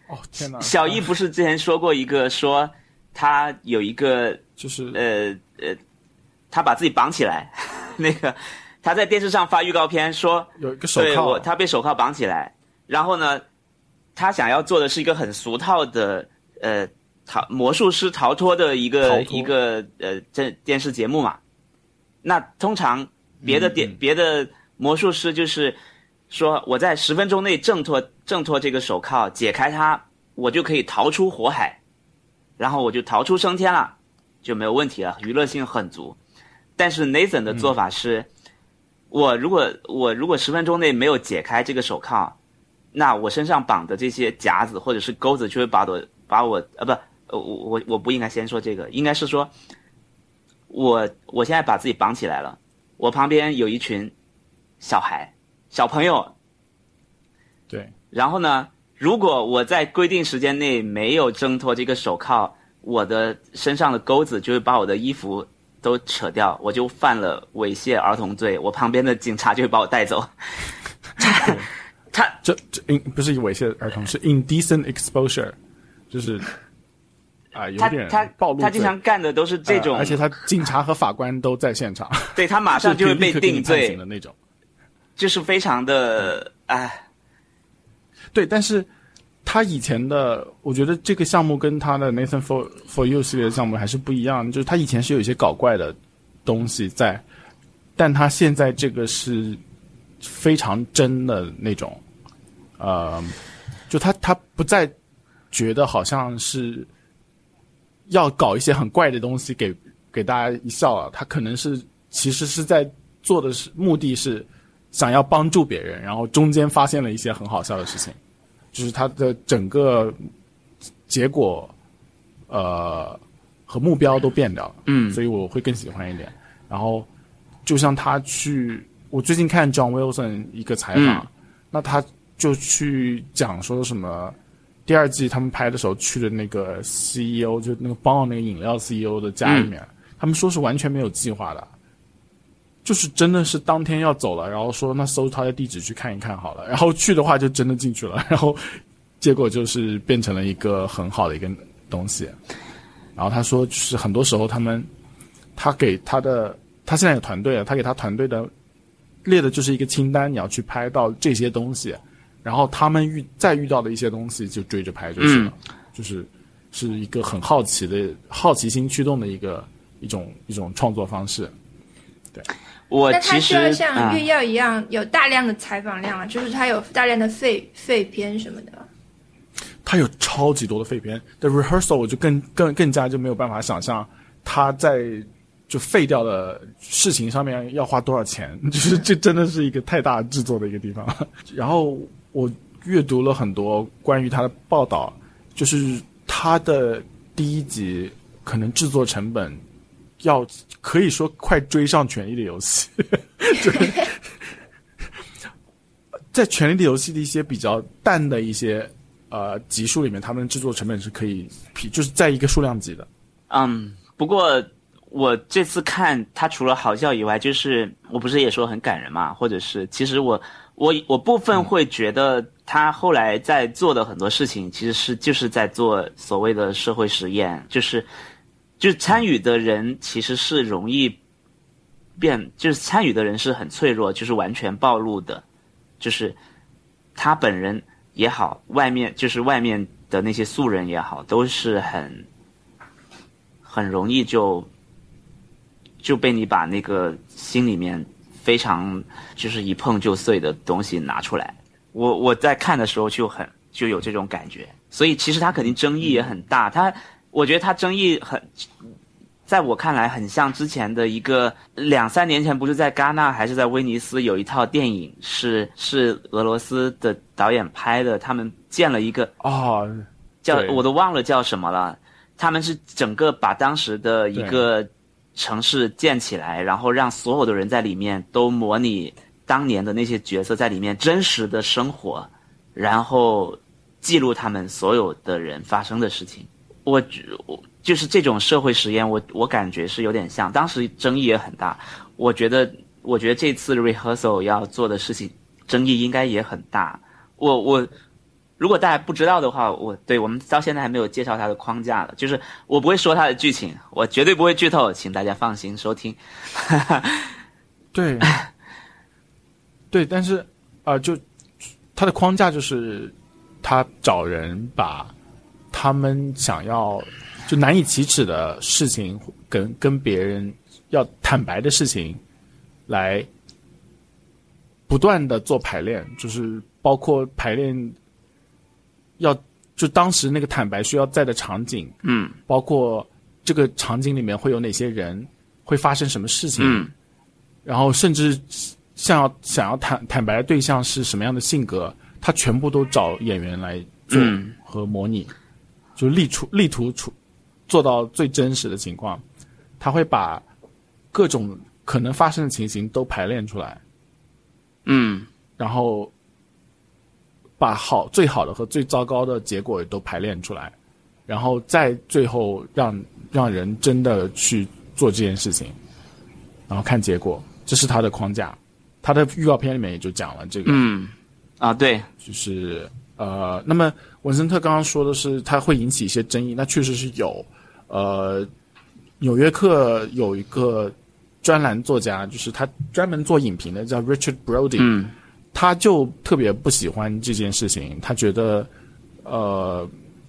哦天哪！ 小易不是之前说过一个，说他有一个就是呃呃，他把自己绑起来，那个他在电视上发预告片说有一个手铐， 对我他被手铐绑起来，然后呢，他想要做的是一个很俗套的呃逃魔术师逃脱的一个一个呃这电视节目嘛。那通常别的电、嗯嗯、别的魔术师就是说我在十分钟内挣脱挣脱这个手铐，解开它，我就可以逃出火海，然后我就逃出升天了，就没有问题了，娱乐性很足。但是 Nathan 的做法是，嗯、我如果我如果十分钟内没有解开这个手铐，那我身上绑的这些夹子或者是钩子就会把我把我呃不我我我不应该先说这个，应该是说我我现在把自己绑起来了，我旁边有一群小孩小朋友， 对， 然后呢，如果我在规定时间内没有挣脱这个手铐，我的身上的钩子就会把我的衣服都扯掉，我就犯了猥亵儿童罪，我旁边的警察就会把我带走。他这这不是猥亵儿童，是 indecent exposure， 就是啊、呃，有点暴露罪。 他他经常干的都是这种、 呃，而且他警察和法官都在现场， 对他马上就会被定罪的那种， 就是非常的哎。 对，但是他以前的，我觉得这个项目跟他的 Nathan for for You 系列的项目还是不一样，就是他以前是有一些搞怪的东西在，但他现在这个是非常真的那种，呃，就他他不再觉得好像是要搞一些很怪的东西给给大家一笑了，他可能是其实是在做的是目的是想要帮助别人，然后中间发现了一些很好笑的事情。就是他的整个结果，呃，和目标都变掉了， 嗯， 所以我会更喜欢一点。然后，就像他去，我最近看 John Wilson 一个采访，嗯、那他就去讲说什么，第二季他们拍的时候去的那个 C E O， 就那个帮那个饮料 C E O 的家里面，嗯、他们说是完全没有计划的。就是真的是当天要走了，然后说那搜他的地址去看一看好了，然后去的话就真的进去了，然后结果就是变成了一个很好的一个东西。然后他说就是很多时候他们他给他的他现在有团队了，他给他团队的列的就是一个清单，你要去拍到这些东西，然后他们遇再遇到的一些东西就追着拍就是了，嗯、就是是一个很好奇的好奇心驱动的一个一种一种创作方式。对。 我那他需要其实像月曜一样、嗯、有大量的采访量啊，就是他有大量的废废片什么的。 他有超级多的废片的 rehearsal， 我就更更更加就没有办法想象他在就废掉的事情上面要花多少钱，就是这真的是一个太大制作的一个地方。然后我阅读了很多关于他的报道，就是他的第一集可能制作成本要可以说快追上《权力的游戏》在《权力的游戏》的一些比较淡的一些呃集数里面，他们制作成本是可以就是在一个数量级的。 嗯，不过我这次看他除了好笑以外，就是我不是也说很感人嘛，或者是其实我我我部分会觉得他后来在做的很多事情，其实是就是在做所谓的社会实验，就是。就是参与的人其实是容易变，就是参与的人是很脆弱，就是完全暴露的，就是他本人也好，外面就是外面的那些素人也好，都是很很容易就就被你把那个心里面非常就是一碰就碎的东西拿出来。我我在看的时候就很就有这种感觉，所以其实他肯定争议也很大，他。我觉得他争议很，在我看来很像之前的一个两三年前，不是在戛纳还是在威尼斯有一套电影是是俄罗斯的导演拍的，他们建了一个哦， 叫我都忘了叫什么了，他们是整个把当时的一个城市建起来，然后让所有的人在里面都模拟当年的那些角色在里面真实的生活，然后记录他们所有的人发生的事情。我我就是这种社会实验，我我感觉是有点像，当时争议也很大。我觉得，我觉得这次 rehearsal 要做的事情，争议应该也很大。我我如果大家不知道的话，我对我们到现在还没有介绍它的框架的，就是我不会说它的剧情，我绝对不会剧透，请大家放心收听。 对，对，但是啊、呃，就它的框架就是他找人把他们想要就难以启齿的事情跟跟别人要坦白的事情来不断的做排练，就是包括排练要就当时那个坦白需要在的场景， 嗯， 包括这个场景里面会有哪些人，会发生什么事情， 嗯， 然后甚至想要想要坦坦白的对象是什么样的性格，他全部都找演员来做和模拟，嗯、就力出力图出做到最真实的情况，他会把各种可能发生的情形都排练出来， 嗯， 然后把好最好的和最糟糕的结果也都排练出来，然后再最后让让人真的去做这件事情，然后看结果，这是他的框架。他的预告片里面也就讲了这个， 嗯，啊，对， 就是呃，那么文森特刚刚说的是他会引起一些争议，那确实是有，呃，纽约客有一个专栏作家，就是他专门做影评的，叫 Richard Brody， 嗯， 他就特别不喜欢这件事情，他觉得，呃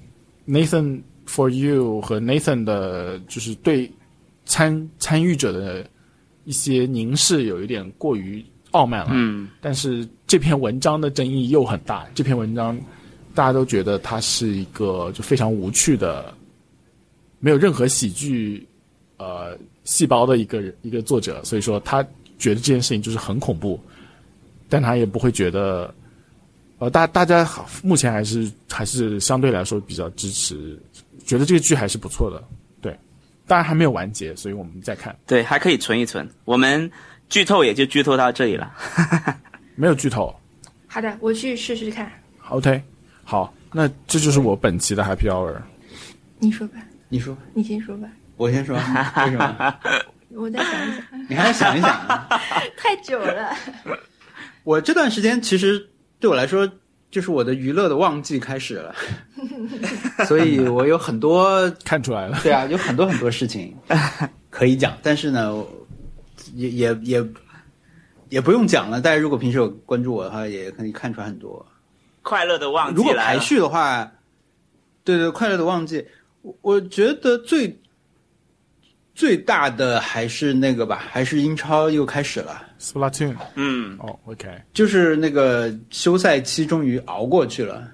，Nathan for You 和 Nathan 的，就是对参参与者的一些凝视有一点过于傲慢了， 嗯， 但是这篇文章的争议又很大，这篇文章大家都觉得它是一个就非常无趣的，没有任何喜剧呃细胞的一个一个作者，所以说他觉得这件事情就是很恐怖，但他也不会觉得，呃，大大家目前还是还是相对来说比较支持，觉得这个剧还是不错的，对，当然还没有完结，所以我们再看， 对，还可以存一存，我们剧透也就剧透到这里了， 没有剧透。 好的，我去试试看。 OK， 好，那这就是我本期的 Happy Hour。 你说吧， 你说， 你先说吧， 我先说，为什么？ 我再想一想。 你还要想一想啊。 太久了。 我这段时间其实对我来说，就是我的娱乐的旺季开始了，所以我有很多看出来了， 对啊，有很多很多事情可以讲，但是呢，也也也也不用讲了。大家如果平时有关注我的话，也可以看出来很多快乐的旺季。 如果排序的话，对对，快乐的旺季，我我觉得最最大的还是那个吧，还是英超又开始了。 Splatoon， 嗯， 哦 ，OK， 就是那个休赛期终于熬过去了，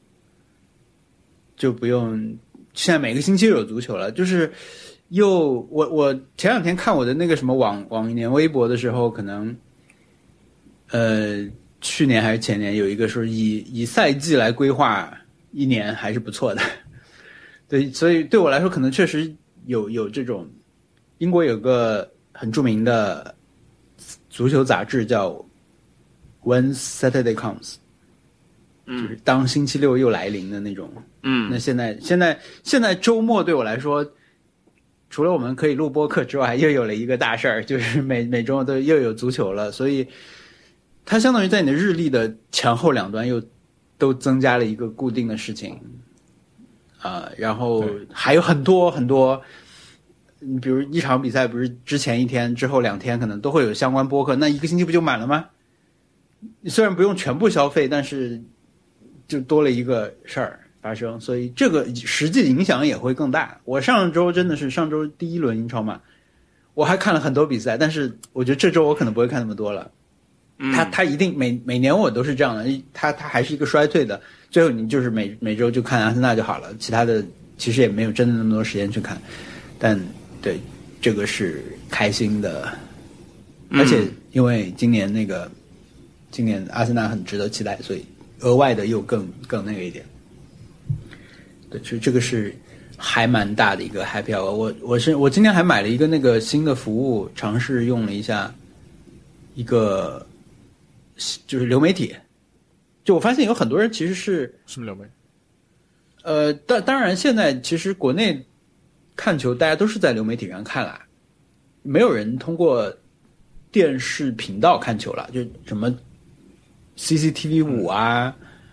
就不用现在每个星期有足球了。就是又我我前两天看我的那个什么往往年微博的时候，可能呃去年还是前年有一个说以以赛季来规划一年还是不错的。对，所以对我来说可能确实有有这种，英国有个很著名的足球杂志叫 When Saturday Comes， 就是当星期六又来临的那种。 嗯， 那现在现在现在周末对我来说，除了我们可以录播客之外，又有了一个大事儿，就是每每周都又有足球了，所以它相当于在你的日历的前后两端又都增加了一个固定的事情啊、呃，然后还有很多很多。你比如一场比赛，不是之前一天、之后两天可能都会有相关播客，那一个星期不就满了吗？虽然不用全部消费，但是就多了一个事儿发生，所以这个实际影响也会更大。我上周真的是上周第一轮英超嘛，我还看了很多比赛，但是我觉得这周我可能不会看那么多了。他他一定每每年我都是这样的，他他还是一个衰退的，最后你就是每每周就看阿森纳就好了，其他的其实也没有真的那么多时间去看，但。对，这个是开心的，而且因为今年那个，今年阿森纳很值得期待，所以额外的又更更那个一点。对，就这个是还蛮大的一个 happy hour。我我是我今天还买了一个那个新的服务，尝试用了一下，一个就是流媒体。就我发现有很多人其实是什么流媒？ 呃，当当然现在其实国内。看球大家都是在流媒体上看啦，没有人通过电视频道看球了，就什么 C C T V 五啊，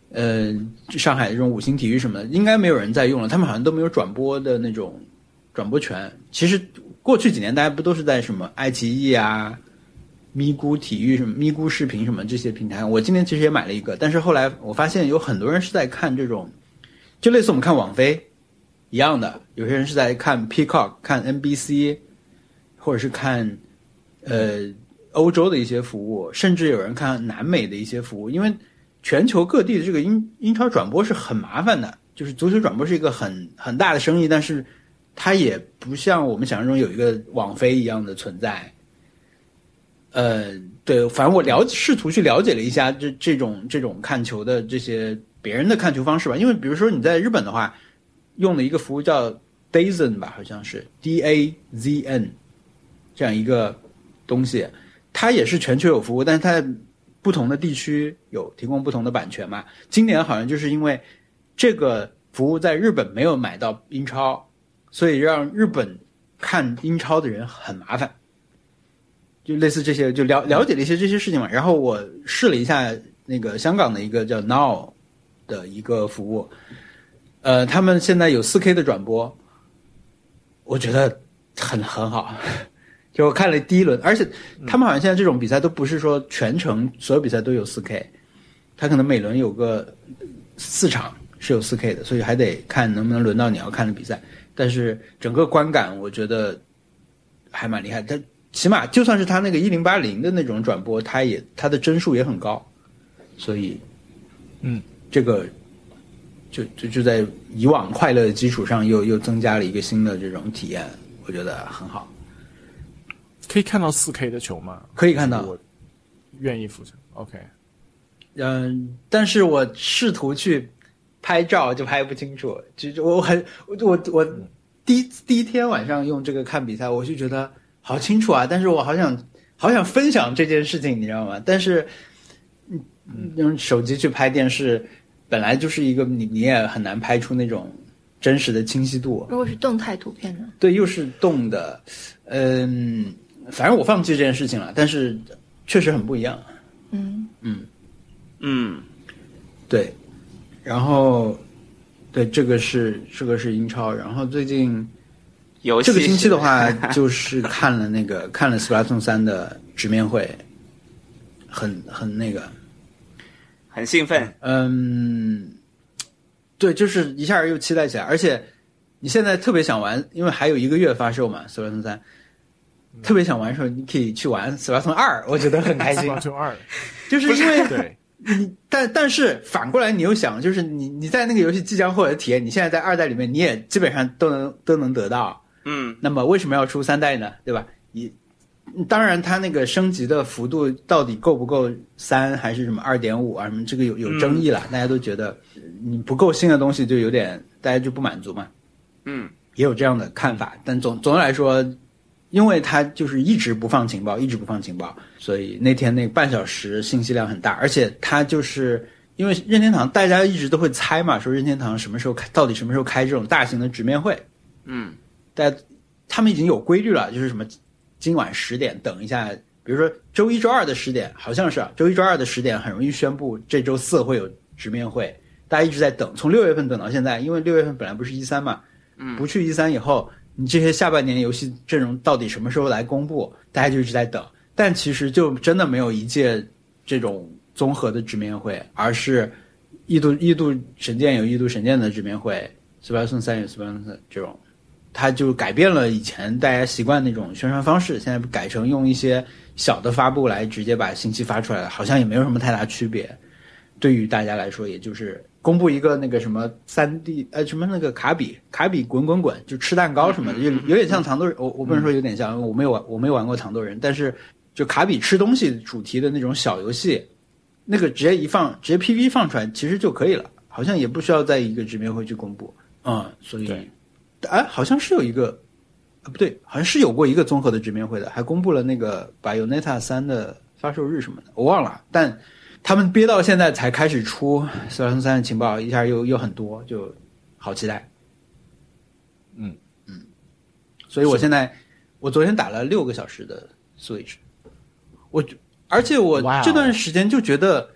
呃，上海这种五星体育什么的，应该没有人在用了，他们好像都没有转播的那种转播权。其实过去几年大家不都是在什么爱奇艺啊、咪咕体育什么、咪咕视频什么这些平台？我今年其实也买了一个，但是后来我发现有很多人是在看这种，就类似我们看网飞一样的，有些人是在看 Peacock、看 N B C， 或者是看呃欧洲的一些服务，甚至有人看南美的一些服务，因为全球各地的这个英英超转播是很麻烦的，就是足球转播是一个很很大的生意，但是它也不像我们想象中有一个网飞一样的存在。呃，对，反正我了试图去了解了一下这这种这种看球的这些别人的看球方式吧，因为比如说你在日本的话，用的一个服务叫 D A Z N 吧，好像是 D A Z N 这样一个东西，它也是全球有服务，但是它不同的地区有提供不同的版权嘛。今年好像就是因为这个服务在日本没有买到英超，所以让日本看英超的人很麻烦。就类似这些，就了了解了一些这些事情嘛。然后我试了一下那个香港的一个叫 Now 的一个服务，呃，他们现在有 四K 的转播，我觉得很很好。就我看了第一轮，而且他们好像现在这种比赛都不是说全程所有比赛都有 四K， 他可能每轮有个四场是有 四K 的，所以还得看能不能轮到你要看的比赛。但是整个观感我觉得还蛮厉害，他起码就算是他那个一零八零的那种转播，他也他的帧数也很高，所以嗯， 这个就就就在以往快乐的基础上又又增加了一个新的这种体验，我觉得很好。 可以看到 四K 的球吗？ 可以看到， 我愿意付钱。OK， 嗯，但是我试图去拍照就拍不清楚，就我很我我我第一第一天晚上用这个看比赛，我就觉得好清楚啊，但是我好想好想分享这件事情，你知道吗？但是嗯，用手机去拍电视，本来就是一个你你也很难拍出那种真实的清晰度。 如果是动态图片呢？ 对，又是动的，嗯。反正我放弃这件事情了，但是确实很不一样。 嗯嗯嗯， 对。然后，对，这个是这个是英超。然后最近游戏这个星期的话，就是看了那个看了《斯普拉通三》的直面会，很很那个， 很兴奋。 嗯，对，就是一下又期待起来，而且你现在特别想玩，因为还有一个月发售嘛，《斯普拉通三》。特别想玩的时候，你可以去玩《斯普拉通二》，我觉得很开心。斯普拉通二， 就是因为对你，但但是反过来你又想，就是你你在那个游戏即将获得的体验，你现在在二代里面你也基本上都能都能得到。 嗯， 那么为什么要出三代呢？对吧？你当然，它那个升级的幅度到底够不够三，还是什么二点五啊？什么这个有有争议了，嗯、大家都觉得你不够新的东西就有点大家就不满足嘛。 嗯， 也有这样的看法，但总总的来说。因为他就是一直不放情报，一直不放情报，所以那天那半小时信息量很大，而且他就是因为任天堂大家一直都会猜嘛，说任天堂什么时候开，到底什么时候开这种大型的直面会， 嗯， 大家他们已经有规律了，就是什么今晚十点等一下，比如说周一周二的十点，好像是啊，周一周二的十点很容易宣布这周四会有直面会，大家一直在等，从六月份等到现在，因为六月份本来不是一三嘛， 嗯， 不去一三以后。你这些下半年游戏阵容到底什么时候来公布？大家就一直在等，但其实就真的没有一届这种综合的直面会，而是异度异度神剑有异度神剑的直面会，斯普拉通三有斯普拉通三这种，它就改变了以前大家习惯那种宣传方式，现在改成用一些小的发布来直接把信息发出来了，好像也没有什么太大区别。对于大家来说，也就是公布一个那个什么三 D 呃什么那个卡比卡比滚滚滚就吃蛋糕什么的，有有点像糖豆人，我我不能说有点像，我没有玩我没有玩过糖豆人，但是就卡比吃东西主题的那种小游戏，那个直接一放直接 P V 放出来其实就可以了，好像也不需要在一个直面会去公布，嗯，所以哎好像是有一个啊不对，好像是有过一个综合的直面会的，还公布了那个 Bayonetta 三的发售日什么的，我忘了，但。他们憋到现在才开始出斯普拉通三的情报，一下又又很多，就好期待。 嗯嗯，所以我现在我昨天打了六个小时的 Switch， 我而且我这段时间就觉得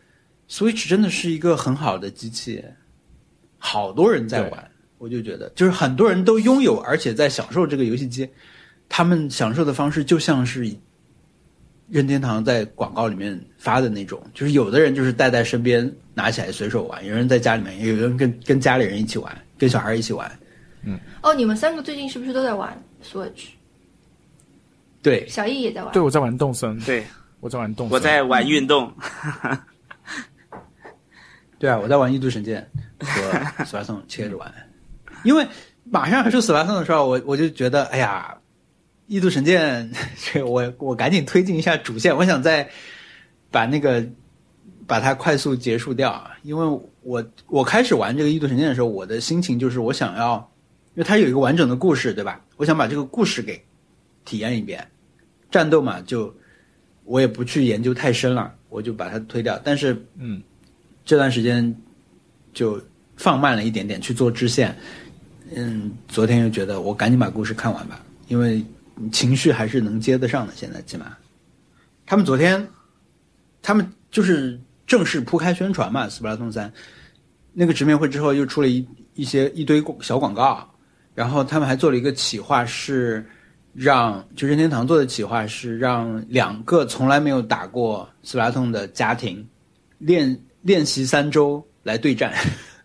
Switch 真的是一个很好的机器，好多人在玩，我就觉得就是很多人都拥有，而且在享受这个游戏机。他们享受的方式就像是任天堂在广告里面发的那种，就是有的人就是带在身边拿起来随手玩，有人在家里面，有人跟跟家里人一起玩，跟小孩一起玩。 嗯， 哦，你们三个最近是不是都在玩 Switch？ 对， 小易也在玩。 对，我在玩动森， 对， 我在玩动森， 我在玩运动。 对啊，我在玩《异度神剑》和死拉送切着玩，因为马上要出死拉送的时候，我我就觉得，哎呀，《异度神剑》这我我赶紧推进一下主线，我想再把那个把它快速结束掉，因为我我开始玩这个《异度神剑》的时候，我的心情就是我想要，因为它有一个完整的故事，对吧？我想把这个故事给体验一遍。战斗嘛，就我也不去研究太深了，我就把它推掉。但是， 嗯。 这段时间就放慢了一点点去做支线，嗯，昨天又觉得我赶紧把故事看完吧，因为情绪还是能接得上的。现在起码，他们昨天，他们就是正式铺开宣传嘛，《斯普拉通三》那个直面会之后又出了一一些一堆小广告，然后他们还做了一个企划，是让就任天堂做的企划是让两个从来没有打过斯普拉通的家庭练。练习三周来对战，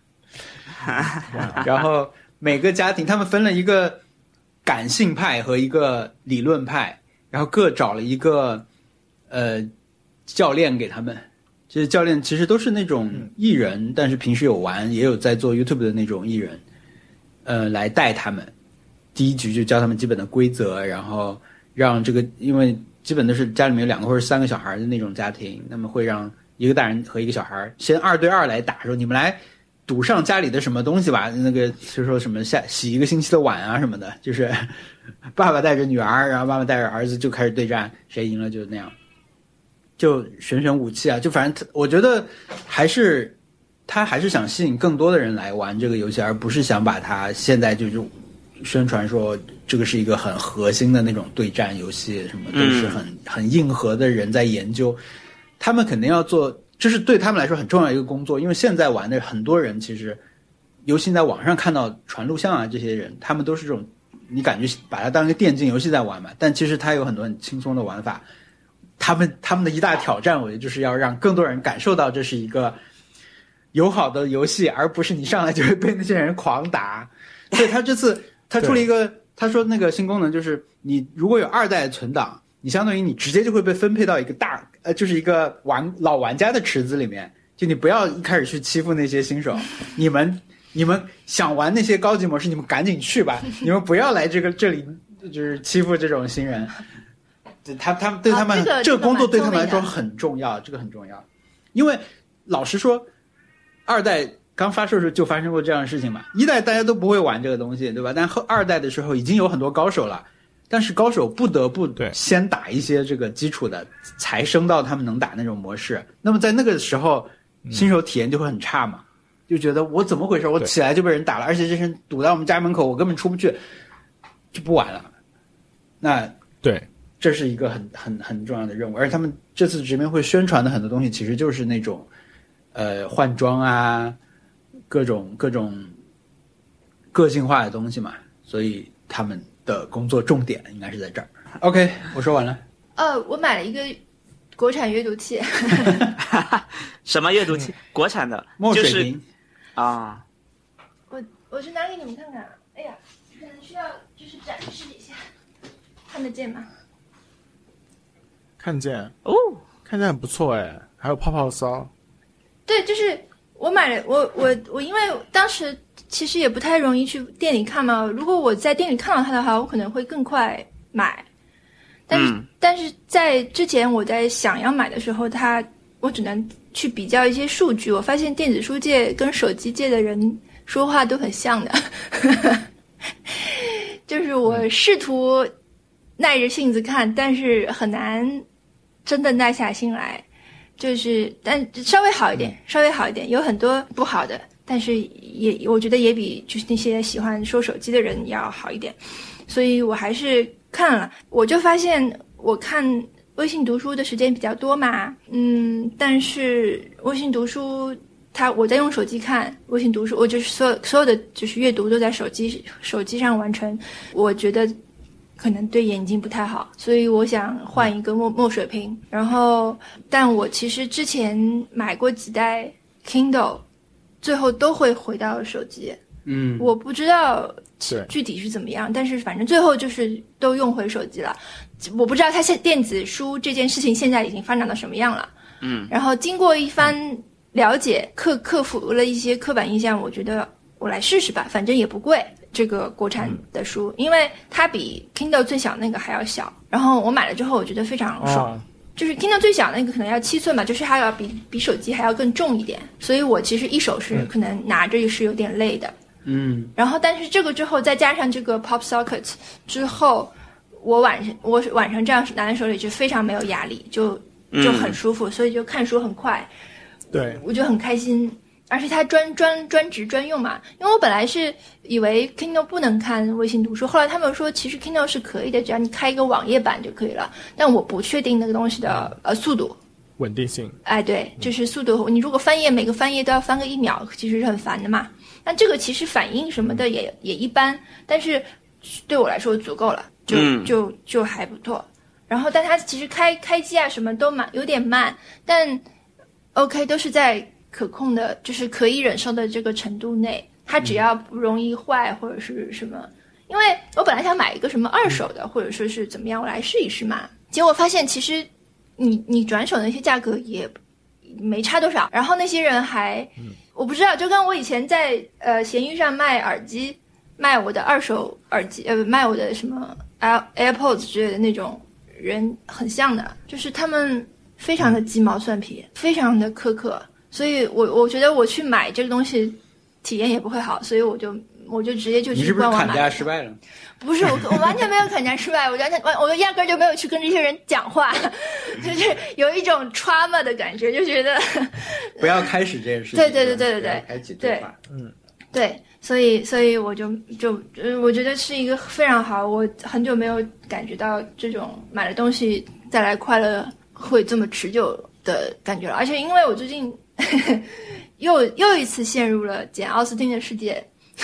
然后每个家庭他们分了一个感性派和一个理论派，然后各找了一个呃教练给他们。这些教练其实都是那种艺人，嗯、但是平时有玩也有在做 YouTube 的那种艺人，呃，来带他们。第一局就教他们基本的规则，然后让这个因为基本都是家里面有两个或者三个小孩的那种家庭，那么会让。一个大人和一个小孩先二对二来打，说你们来赌上家里的什么东西吧，那个就说什么下洗一个星期的碗啊什么的，就是爸爸带着女儿，然后爸爸带着儿子就开始对战，谁赢了就那样，就选选武器啊，就反正我觉得还是他还是想吸引更多的人来玩这个游戏，而不是想把它现在就是宣传说这个是一个很核心的那种对战游戏，什么都是很、嗯、很硬核的人在研究。他们肯定要做，这是对他们来说很重要的一个工作，因为现在玩的很多人其实，尤其在网上看到传录像啊，这些人他们都是这种，你感觉把它当一个电竞游戏在玩嘛，但其实它有很多很轻松的玩法。他们他们的一大挑战，我觉得就是要让更多人感受到这是一个友好的游戏，而不是你上来就会被那些人狂打。所以他这次他出了一个，他说那个新功能就是你如果有二代存档。你相当于你直接就会被分配到一个大呃，就是一个玩老玩家的池子里面，就你不要一开始去欺负那些新手，你们你们想玩那些高级模式，你们赶紧去吧，你们不要来这个这里就是欺负这种新人。他他们对他们、啊、这个、这个工作对他们来说很重要，这个很重要，因为老实说，二代刚发售的时候就发生过这样的事情嘛，一代大家都不会玩这个东西，对吧？但后二代的时候已经有很多高手了。但是高手不得不先打一些这个基础的，才升到他们能打那种模式。那么在那个时候，新手体验就会很差嘛，就觉得我怎么回事？我起来就被人打了，而且这人堵在我们家门口，我根本出不去，就不玩了。那对， 这是一个很很很重要的任务。而且他们这次直面会宣传的很多东西，其实就是那种呃换装啊，各种各种个性化的东西嘛，所以他们。的工作重点应该是在这儿。OK， 我说完了。 呃，我买了一个国产阅读器。 什么阅读器？国产的， 墨水瓶、就是、啊。 我我是拿给你们看看。哎呀，可能需要就是展示一下，看得见吗？ 看见哦， 看见很不错哎，还有泡泡骚。 对，就是我买了，我我我因为当时。其实也不太容易去店里看嘛。如果我在店里看到它的话，我可能会更快买。但是、嗯、但是在之前我在想要买的时候，它我只能去比较一些数据。我发现电子书界跟手机界的人说话都很像的，就是我试图耐着性子看，但是很难真的耐下心来。就是但稍微好一点，稍微好一点，有很多不好的。但是也我觉得也比就是那些喜欢收手机的人要好一点，所以我还是看了，我就发现我看微信读书的时间比较多嘛，嗯，但是微信读书它我在用手机看，微信读书我就是所有所有的就是阅读都在手机手机上完成，我觉得可能对眼睛不太好，所以我想换一个墨墨水屏。然后但我其实之前买过几代 Kindle， 最后都会回到手机。 嗯， 我不知道对具体是怎么样，但是反正最后就是都用回手机了。我不知道它现电子书这件事情现在已经发展到什么样了。 嗯， 然后经过一番了解，克克服了一些刻板印象，我觉得我来试试吧，反正也不贵。这个国产的书，嗯、因为它比 Kindle 最小那个还要小，然后我买了之后，我觉得非常爽。哦，就是 Kindle 最小那个可能要七寸吧，就是它要比比手机还要更重一点，所以我其实一手是可能拿着是有点累的。 嗯， 然后但是这个之后再加上这个 Pop Socket 之后，我晚上我晚上这样拿在手里就非常没有压力，就就很舒服，嗯、所以就看书很快。 对， 我就很开心。而且它专专专职专用嘛，因为我本来是以为 Kindle 不能看微信读书，后来他们说其实 Kindle 是可以的，只要你开一个网页版就可以了。但我不确定那个东西的呃速度、 稳定性。 哎，对，就是速度。你如果翻页每个翻页都要翻个一秒，其实是很烦的嘛。那这个其实反应什么的也也一般，但是对我来说足够了，就就就还不错。然后但它其实开开机啊什么都慢，有点慢，但 OK 都是在可控的，就是可以忍受的这个程度内，它只要不容易坏或者是什么。因为我本来想买一个什么二手的，或者说是怎么样，我来试一试嘛。结果发现其实你你转手的那些价格也没差多少，然后那些人还我不知道，就跟我以前在呃闲鱼上卖耳机，卖我的二手耳机，呃卖我的什么 AirPods 之类的那种人很像的，就是他们非常的鸡毛蒜皮，非常的苛刻。所以我我觉得我去买这个东西体验也不会好，所以我就我就直接就去官网买。 你是不是砍价失败了？ 不是，我我完全没有砍价失败，我完全我我压根儿就没有去跟这些人讲话，就是有一种 trauma 的感觉，就觉得不要开始这件事情。 对对对对对对， 开启对话。 嗯， 对，所以所以我就就呃，我觉得是一个非常好，我很久没有感觉到这种买了东西带来快乐会这么持久的感觉了，而且因为我最近。又又一次陷入了简奥斯汀的世界，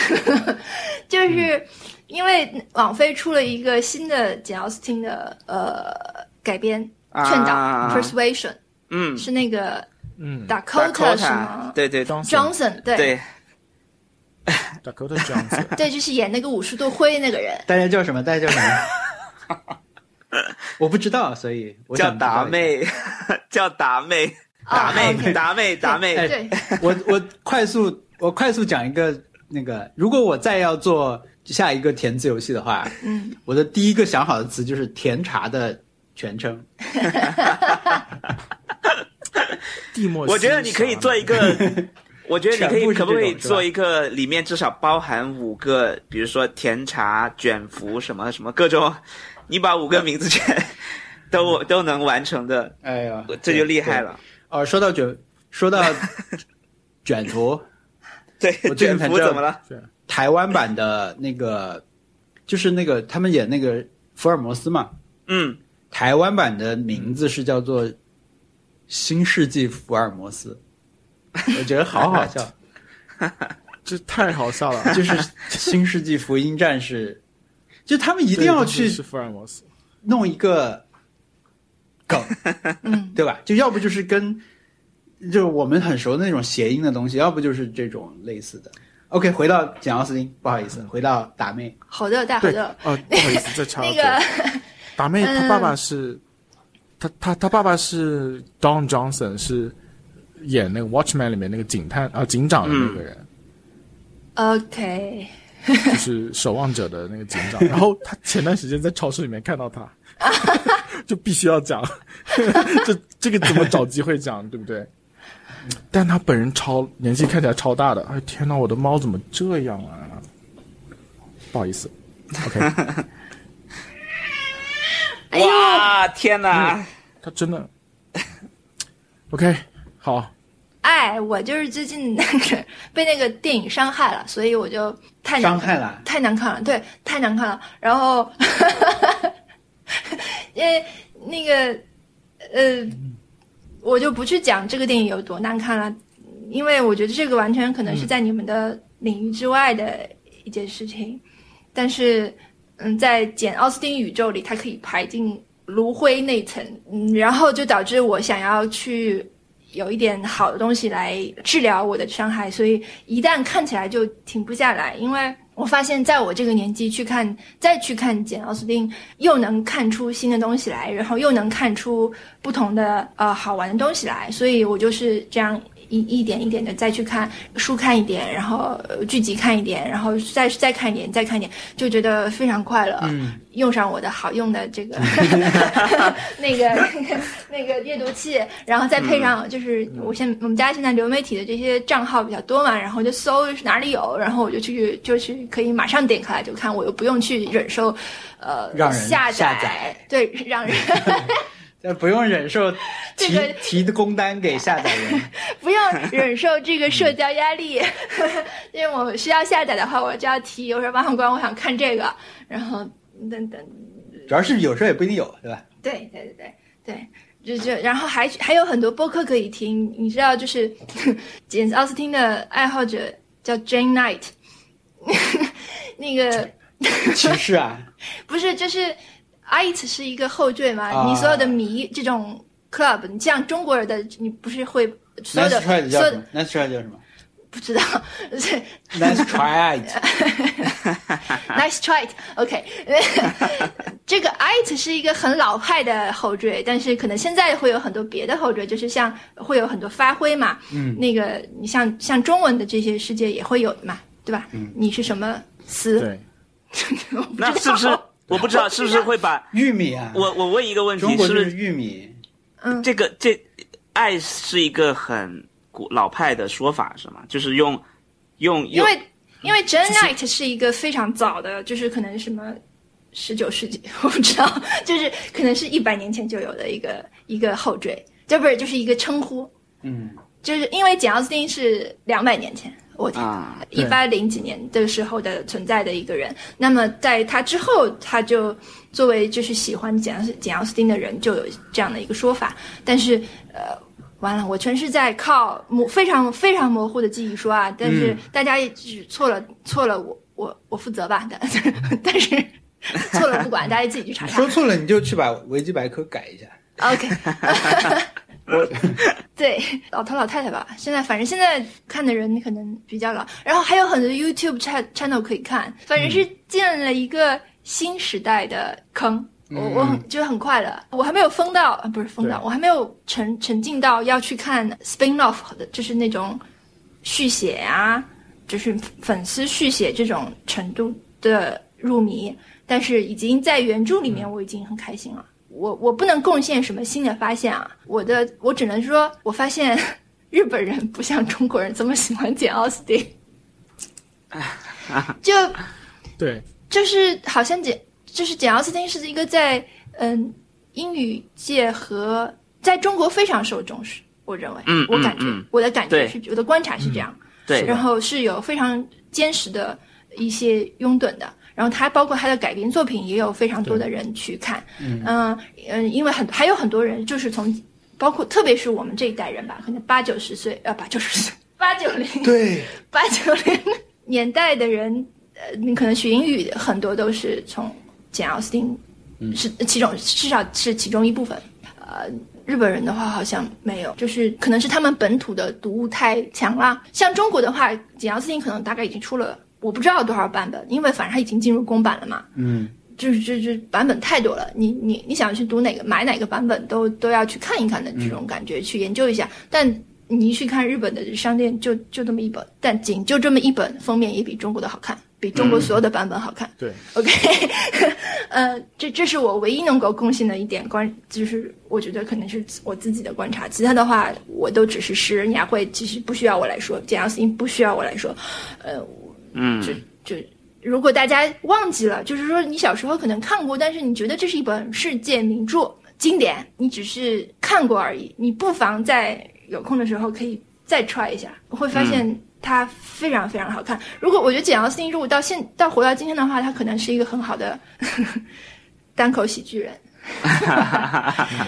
就是因为网飞出了一个新的简奥斯汀的呃改编劝导、啊、Persuasion， 嗯， 是那个嗯 Dakota 什么对对 Johnson 对对 Dakota Johnson 对，就是演那个五十度灰那个人， 大家叫什么？大家叫什么？我不知道，所以我叫达妹，叫达妹。达妹， 哦 okay. 达妹，达妹。 对， 我我快速我快速讲一个那个，如果我再要做下一个填词游戏的话， 嗯， 我的第一个想好的词就是甜茶的全称。 蒂莫， 我觉得你可以做一个，我觉得你可以可不可以做一个里面至少包含五个，比如说甜茶、卷福什么什么各种，你把五个名字全都都能完成的， 哎呀， 这就厉害了。 哦，说到卷，说到卷福， 对，卷福怎么了？ 台湾版的那个，就是那个他们演那个福尔摩斯嘛， 嗯， 台湾版的名字是叫做《新世纪福尔摩斯》，我觉得好好笑， 这太好笑了， 就是《新世纪福音战士》，就他们一定要去是福尔摩斯弄一个。梗， 嗯， 对吧？就要不就是跟，就是我们很熟的那种谐音的东西，要不就是这种类似的。OK， 回到简奥斯汀，不好意思，回到达妹。 好的，大好的。 哦，不好意思，再插那个达妹，他爸爸是，嗯、他他他爸爸是 Don Johnson， 是演那个 Watchman 里面那个警探啊警长的那个人。 嗯、OK。 就是守望者的那个警长，然后他前段时间在超市里面看到他，就必须要讲，这这个怎么找机会讲，对不对？但他本人超年纪看起来超大的，哎天哪，我的猫怎么这样啊？不好意思 ，OK。 哇，天哪、嗯！ 他真的 OK 好。 哎，我就是最近那个被那个电影伤害了，所以我就太伤害了， 太难看了，对，太难看了。然后，因为那个呃，我就不去讲这个电影有多难看了，因为我觉得这个完全可能是在你们的领域之外的一件事情。嗯、但是，嗯，在简奥斯汀宇宙里，它可以排进炉灰那层，嗯，然后就导致我想要去有一点好的东西来治疗我的伤害，所以一旦看起来就停不下来，因为我发现在我这个年纪去看再去看简奥斯汀，又能看出新的东西来，然后又能看出不同的呃好玩的东西来，所以我就是这样一一点一点的再去看书，看一点，然后剧集看一点，然后再再看一点，再看一点，就觉得非常快乐。嗯，用上我的好用的这个那个那个那个阅读器，然后再配上就是我现我们家现在流媒体的这些账号比较多嘛，然后就搜哪里有，然后我就去就去可以马上点开来就看，我又不用去忍受呃让人下载， 下载对，让人。 不用忍受提、 这个、 提的工单给下载人， 不用忍受这个社交压力，因为我需要下载的话，我就要提，我说王小光，我想看这个，然后等等。 主要是有时候也不一定有，对吧？ 对对对对对，就就然后还还有很多播客可以听，你知道，就是简奥斯汀的爱好者叫 Jane Knight， 那个歧视啊？ 不是，就是。I T 是一个后缀嘛、啊、你所有的迷这种 club， 你像中国人的你不是会所有的 Nice try 叫什么 Nice try 叫什么不知道 Nice try it Nice try it OK 这个 I T 是一个很老派的后缀，但是可能现在会有很多别的后缀，就是像会有很多发挥嘛，嗯，那个你像像中文的这些世界也会有嘛，对吧？嗯，你是什么丝？ 对那是不是我不知道是不是会把玉米啊？ 我我问一个问题， 中国就是玉米。 嗯， 这个这爱是一个很古老派的说法是吗？就是用用因为因为 Jane Knight 是一个非常早的，就是可能什么十九世纪我不知道，就是可能是一百年前就有的一个一个后缀，这不是就是一个称呼。 嗯， 就是因为简奥斯汀是两百年前。我天，一八零几年的时候的存在的一个人，那么在他之后，他就作为就是喜欢简奥简奥斯汀的人，就有这样的一个说法。但是，呃，完了，我全是在靠模非常非常模糊的记忆说啊。但是大家也只错了，错了我，我我我负责吧。但但是错了不管，大家自己去查查。 说错了你就去把维基百科改一下。 OK 对，老头老太太吧，现在反正现在看的人可能比较老，然后还有很多 YouTube channel 可以看，反正是进了一个新时代的坑。嗯、我我很觉得很快乐，我还没有疯到，不是疯到，我还没有沉沉浸到要去看 spin off 的，就是那种续写啊，就是粉丝续写这种程度的入迷，但是已经在原著里面我已经很开心了。我我不能贡献什么新的发现啊，我的我只能说，我发现日本人不像中国人这么喜欢简奥斯汀，就对， 就是好像简就是简奥斯汀是一个在嗯英语界和在中国非常受重视，我认为， 嗯， 我感觉、 嗯嗯、 我的感觉是，我的观察是这样， 对， 然后是有非常坚实的一些拥趸的。然后他包括他的改编作品也有非常多的人去看，嗯嗯、呃，因为很还有很多人就是从包括特别是我们这一代人吧，可能八九十岁呃八九十岁八九零对八九零年代的人，呃，你可能学英语很多都是从简奥斯汀是其中至少是其中一部分，呃。日本人的话好像没有，就是可能是他们本土的读物太强了。像中国的话，简奥斯汀可能大概已经出了。我不知道多少版本，因为反正它已经进入公版了嘛。 嗯， 就是就是版本太多了，你你你想去读哪个买哪个版本都都要去看一看的这种感觉，嗯、去研究一下。但你一去看日本的商店就就这么一本，但仅就这么一本，封面也比中国的好看，比中国所有的版本好看。 对、 嗯、，OK， 呃，这这是我唯一能够贡献的一点观，就是我觉得可能是我自己的观察，其他的话我都只是诗人雅慧，其实不需要我来说，简奥斯汀不需要我来说，呃。 嗯， 就就如果大家忘记了，就是说你小时候可能看过，但是你觉得这是一本世界名著经典，你只是看过而已，你不妨在有空的时候可以再 try 一下，会发现它非常非常好看。嗯、如果我觉得简奥斯汀如果到现到活到今天的话，他可能是一个很好的呵呵单口喜剧人。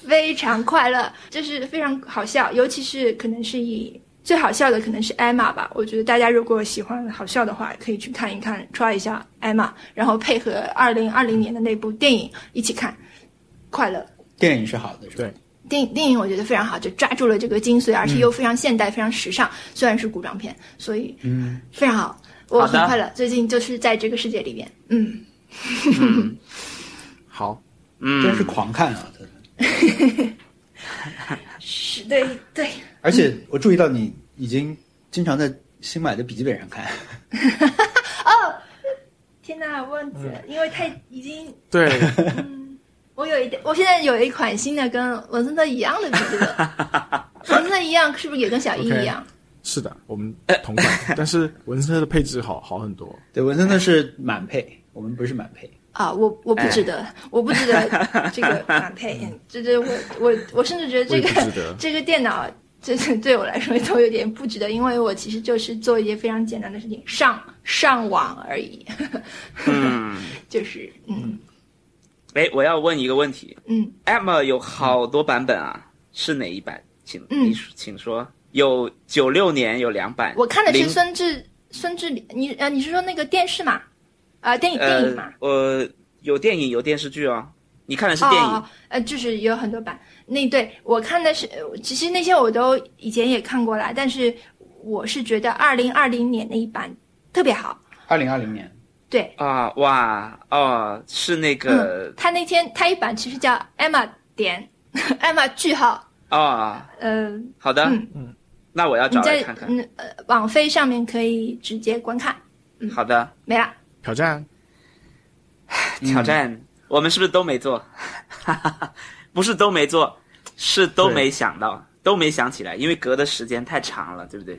非常快乐，就是非常好笑，尤其是可能是以最好笑的可能是 Emma 吧。我觉得大家如果喜欢好笑的话，可以去看一看 try 一下 Emma， 然后配合二零二零年的那部电影一起看，快乐。 电影是好的，是吧？ 对， 电影电影我觉得非常好，就抓住了这个精髓，而且又非常现代、非常时尚。虽然是古装片，所以嗯非常好，我很快乐。最近就是在这个世界里面，嗯， 嗯好， 嗯， 真是狂看啊！真的是，对对。 而且我注意到你已经经常在新买的笔记本上看。 哦，天哪，忘记了，因为太已经对。 嗯我有一点，我现在有一款新的跟文森特一样的笔记本，文森特一样，是不是也跟小一一样？ Okay, 是的，我们同款，但是文森特的配置好好很多。 对，文森特是满配，我们不是满配啊，我我不值得，哎、我不值得这个满配，这这我我我甚至觉得这个这个电脑，这对我来说都有点不值得，因为我其实就是做一些非常简单的事情，上上网而已。嗯，就是嗯。 哎，我要问一个问题。 嗯 ，Emma 有好多版本啊，是哪一版？请嗯你请说。有九六年有两版。 我看的是孙志孙志礼，你呃你是说那个电视嘛？啊、呃，电影电影嘛？ 呃，有电影有电视剧哦。你看的是电影？ 哦、呃，就是有很多版。那对我看的是，其实那些我都以前也看过了，但是我是觉得二零二零年那一版特别好。 二零二零年。 对啊，哇哦，是那个、 嗯、他那天他一版其实叫 Emma 点 Emma 句号啊， 嗯、呃， 好的， 嗯嗯，那我要找来看看。 嗯呃，网飞上面可以直接观看。嗯， 好的， 没了。 挑战， 挑战，嗯、我们是不是都没做？不是都没做，是都没想到，都没想起来，因为隔的时间太长了，对不对？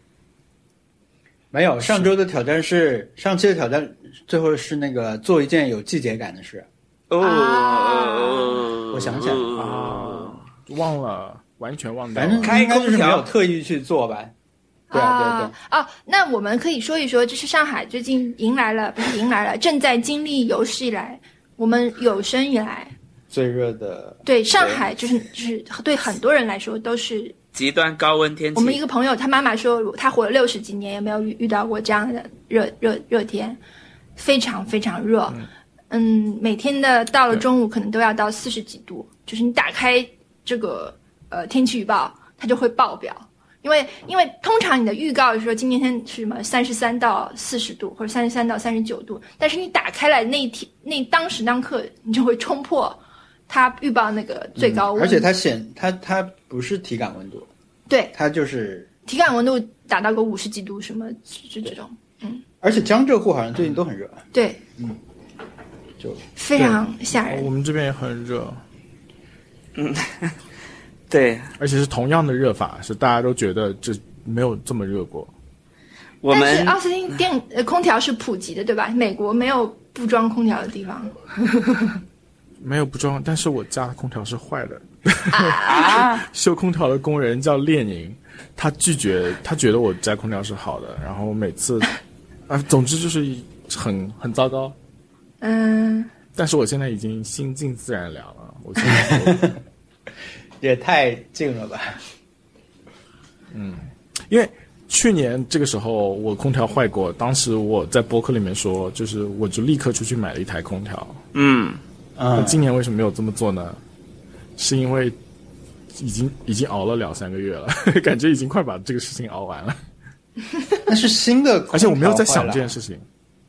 没有，上周的挑战是上期的挑战，最后是那个做一件有季节感的事。 哦， 啊、 我想想啊，忘了，完全忘掉了。 反正应该就是没有特意去做吧。对啊，对对。 哦，那我们可以说一说，就是上海最近迎来了，不是迎来了，正在经历有史以来，我们有生以来最热的。 对，上海就是就是对很多人来说都是。 极端高温天气。 我们一个朋友，他妈妈说，他活了六十几年，也没有遇遇到过这样的热热热天，非常非常热。嗯, 嗯，每天的到了中午可能都要到四十几度，就是你打开这个呃天气预报，它就会爆表。因为因为通常你的预告是说今天是什么三十三到四十度，或者三十三到三十九度，但是你打开来那一天那当时当刻，你就会冲破。它预报那个最高温、 嗯，而且它显它它不是体感温度， 对， 它就是体感温度达到个五十几度什么就这种，嗯。 而且江浙沪好像最近都很热， 对， 嗯，就非常吓人。 我们这边也很热， 嗯，对， 而且是同样的热法，是大家都觉得这没有这么热过。 我们但是奥斯汀电呃空调是普及的，对吧？美国没有不装空调的地方。 没有不装，但是我家的空调是坏的。 啊、 修空调的工人叫列宁，他拒绝，他觉得我家空调是好的，然后每次，啊，总之就是很很糟糕。 嗯。 但是我现在已经心静自然凉了，我现在也太静了吧。 嗯，因为去年这个时候我空调坏过，当时我在播客里面说，就是我就立刻出去买了一台空调。 嗯。 那今年为什么没有这么做呢？是因为已经已经熬了两三个月了，感觉已经快把这个事情熬完了。 那是新的空调， 而且我没有在想这件事情。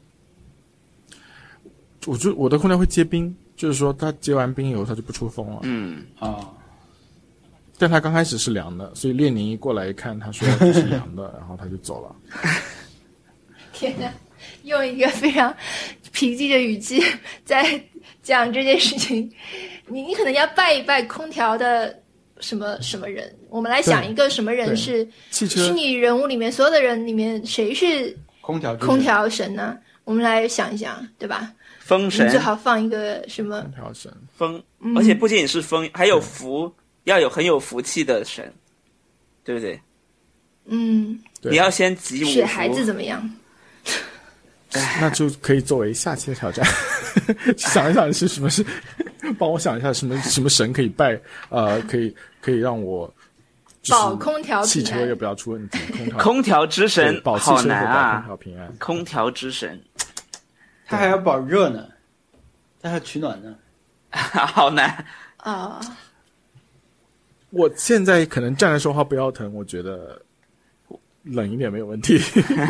我就我的空调会结冰，就是说它结完冰以后它就不出风了。 嗯啊、哦， 但它刚开始是凉的，所以列宁一过来一看，他说这是凉的，然后他就走了。 天哪，用一个非常平静的语气在讲这件事情，你你可能要拜一拜空调的什么什么人。我们来想一个什么人是汽车虚拟人物里面所有的人里面谁是空调空调神呢？我们来想一想，对吧？ 风神最好放一个什么空调神风， 嗯、 而且不仅是风，还有福，要有很有福气的神，对不对？ 嗯， 你要先集五福。 雪孩子怎么样？ 那就可以作为下期的挑战。想一想是什么是帮我想一下什么什么神可以拜，呃，可以可以让我保空调平安， 汽车也不要出问题，空调空调之神保汽好车和保难啊空！调平安。 空调之神， 他还要保热呢，他还要取暖呢。 好难。 啊、 我现在可能站着说话不腰疼，我觉得冷一点没有问题。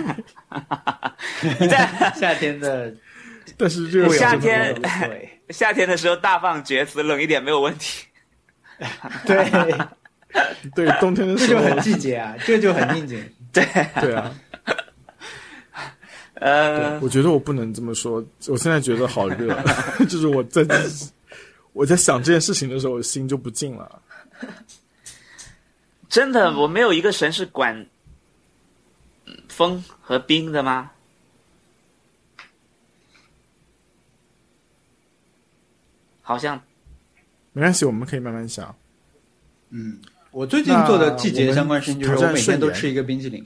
你在夏天的但是热夏天对夏天的时候大放厥词，冷一点没有问题。 对， 对冬天的时候这就很季节啊，这就很应景。 对， 对啊， 呃， 我觉得我不能这么说。我现在觉得好热，就是我在我在想这件事情的时候，心就不静了。 真的，我没有一个神是管风和冰的吗？好像没关系，我们可以慢慢想。 嗯，我最近做的季节相关事情就是我每天都吃一个冰淇淋。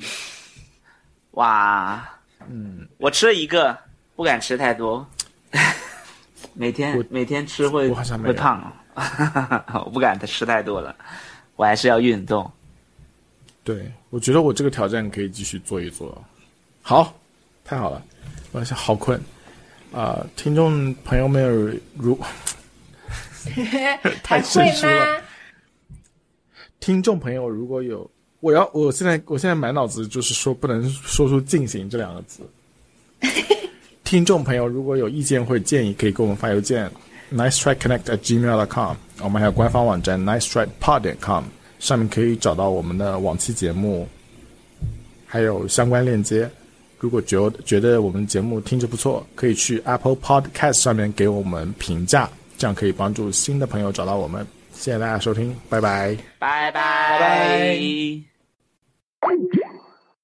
哇， 嗯， 我吃了一个，不敢吃太多，每天每天吃会我好像没有会胖，我不敢吃太多了，我还是要运动。 对，我觉得我这个挑战可以继续做一做。好，太好了，我想好困啊、呃！听众朋友们有如太还会生疏了。 吗？ 听众朋友，如果有，我要，我现在，我现在满脑子就是说不能说出"进行"这两个字。听众朋友，如果有意见或者建议，可以给我们发邮件 nice try connect at gmail dot com， 我们还有官方网站 nice try pod dot com， 上面可以找到我们的往期节目，还有相关链接。如果觉觉得我们节目听着不错，可以去 Apple Podcast 上面给我们评价，这样可以帮助新的朋友找到我们。谢谢大家收听，拜拜， 拜拜。 拜拜。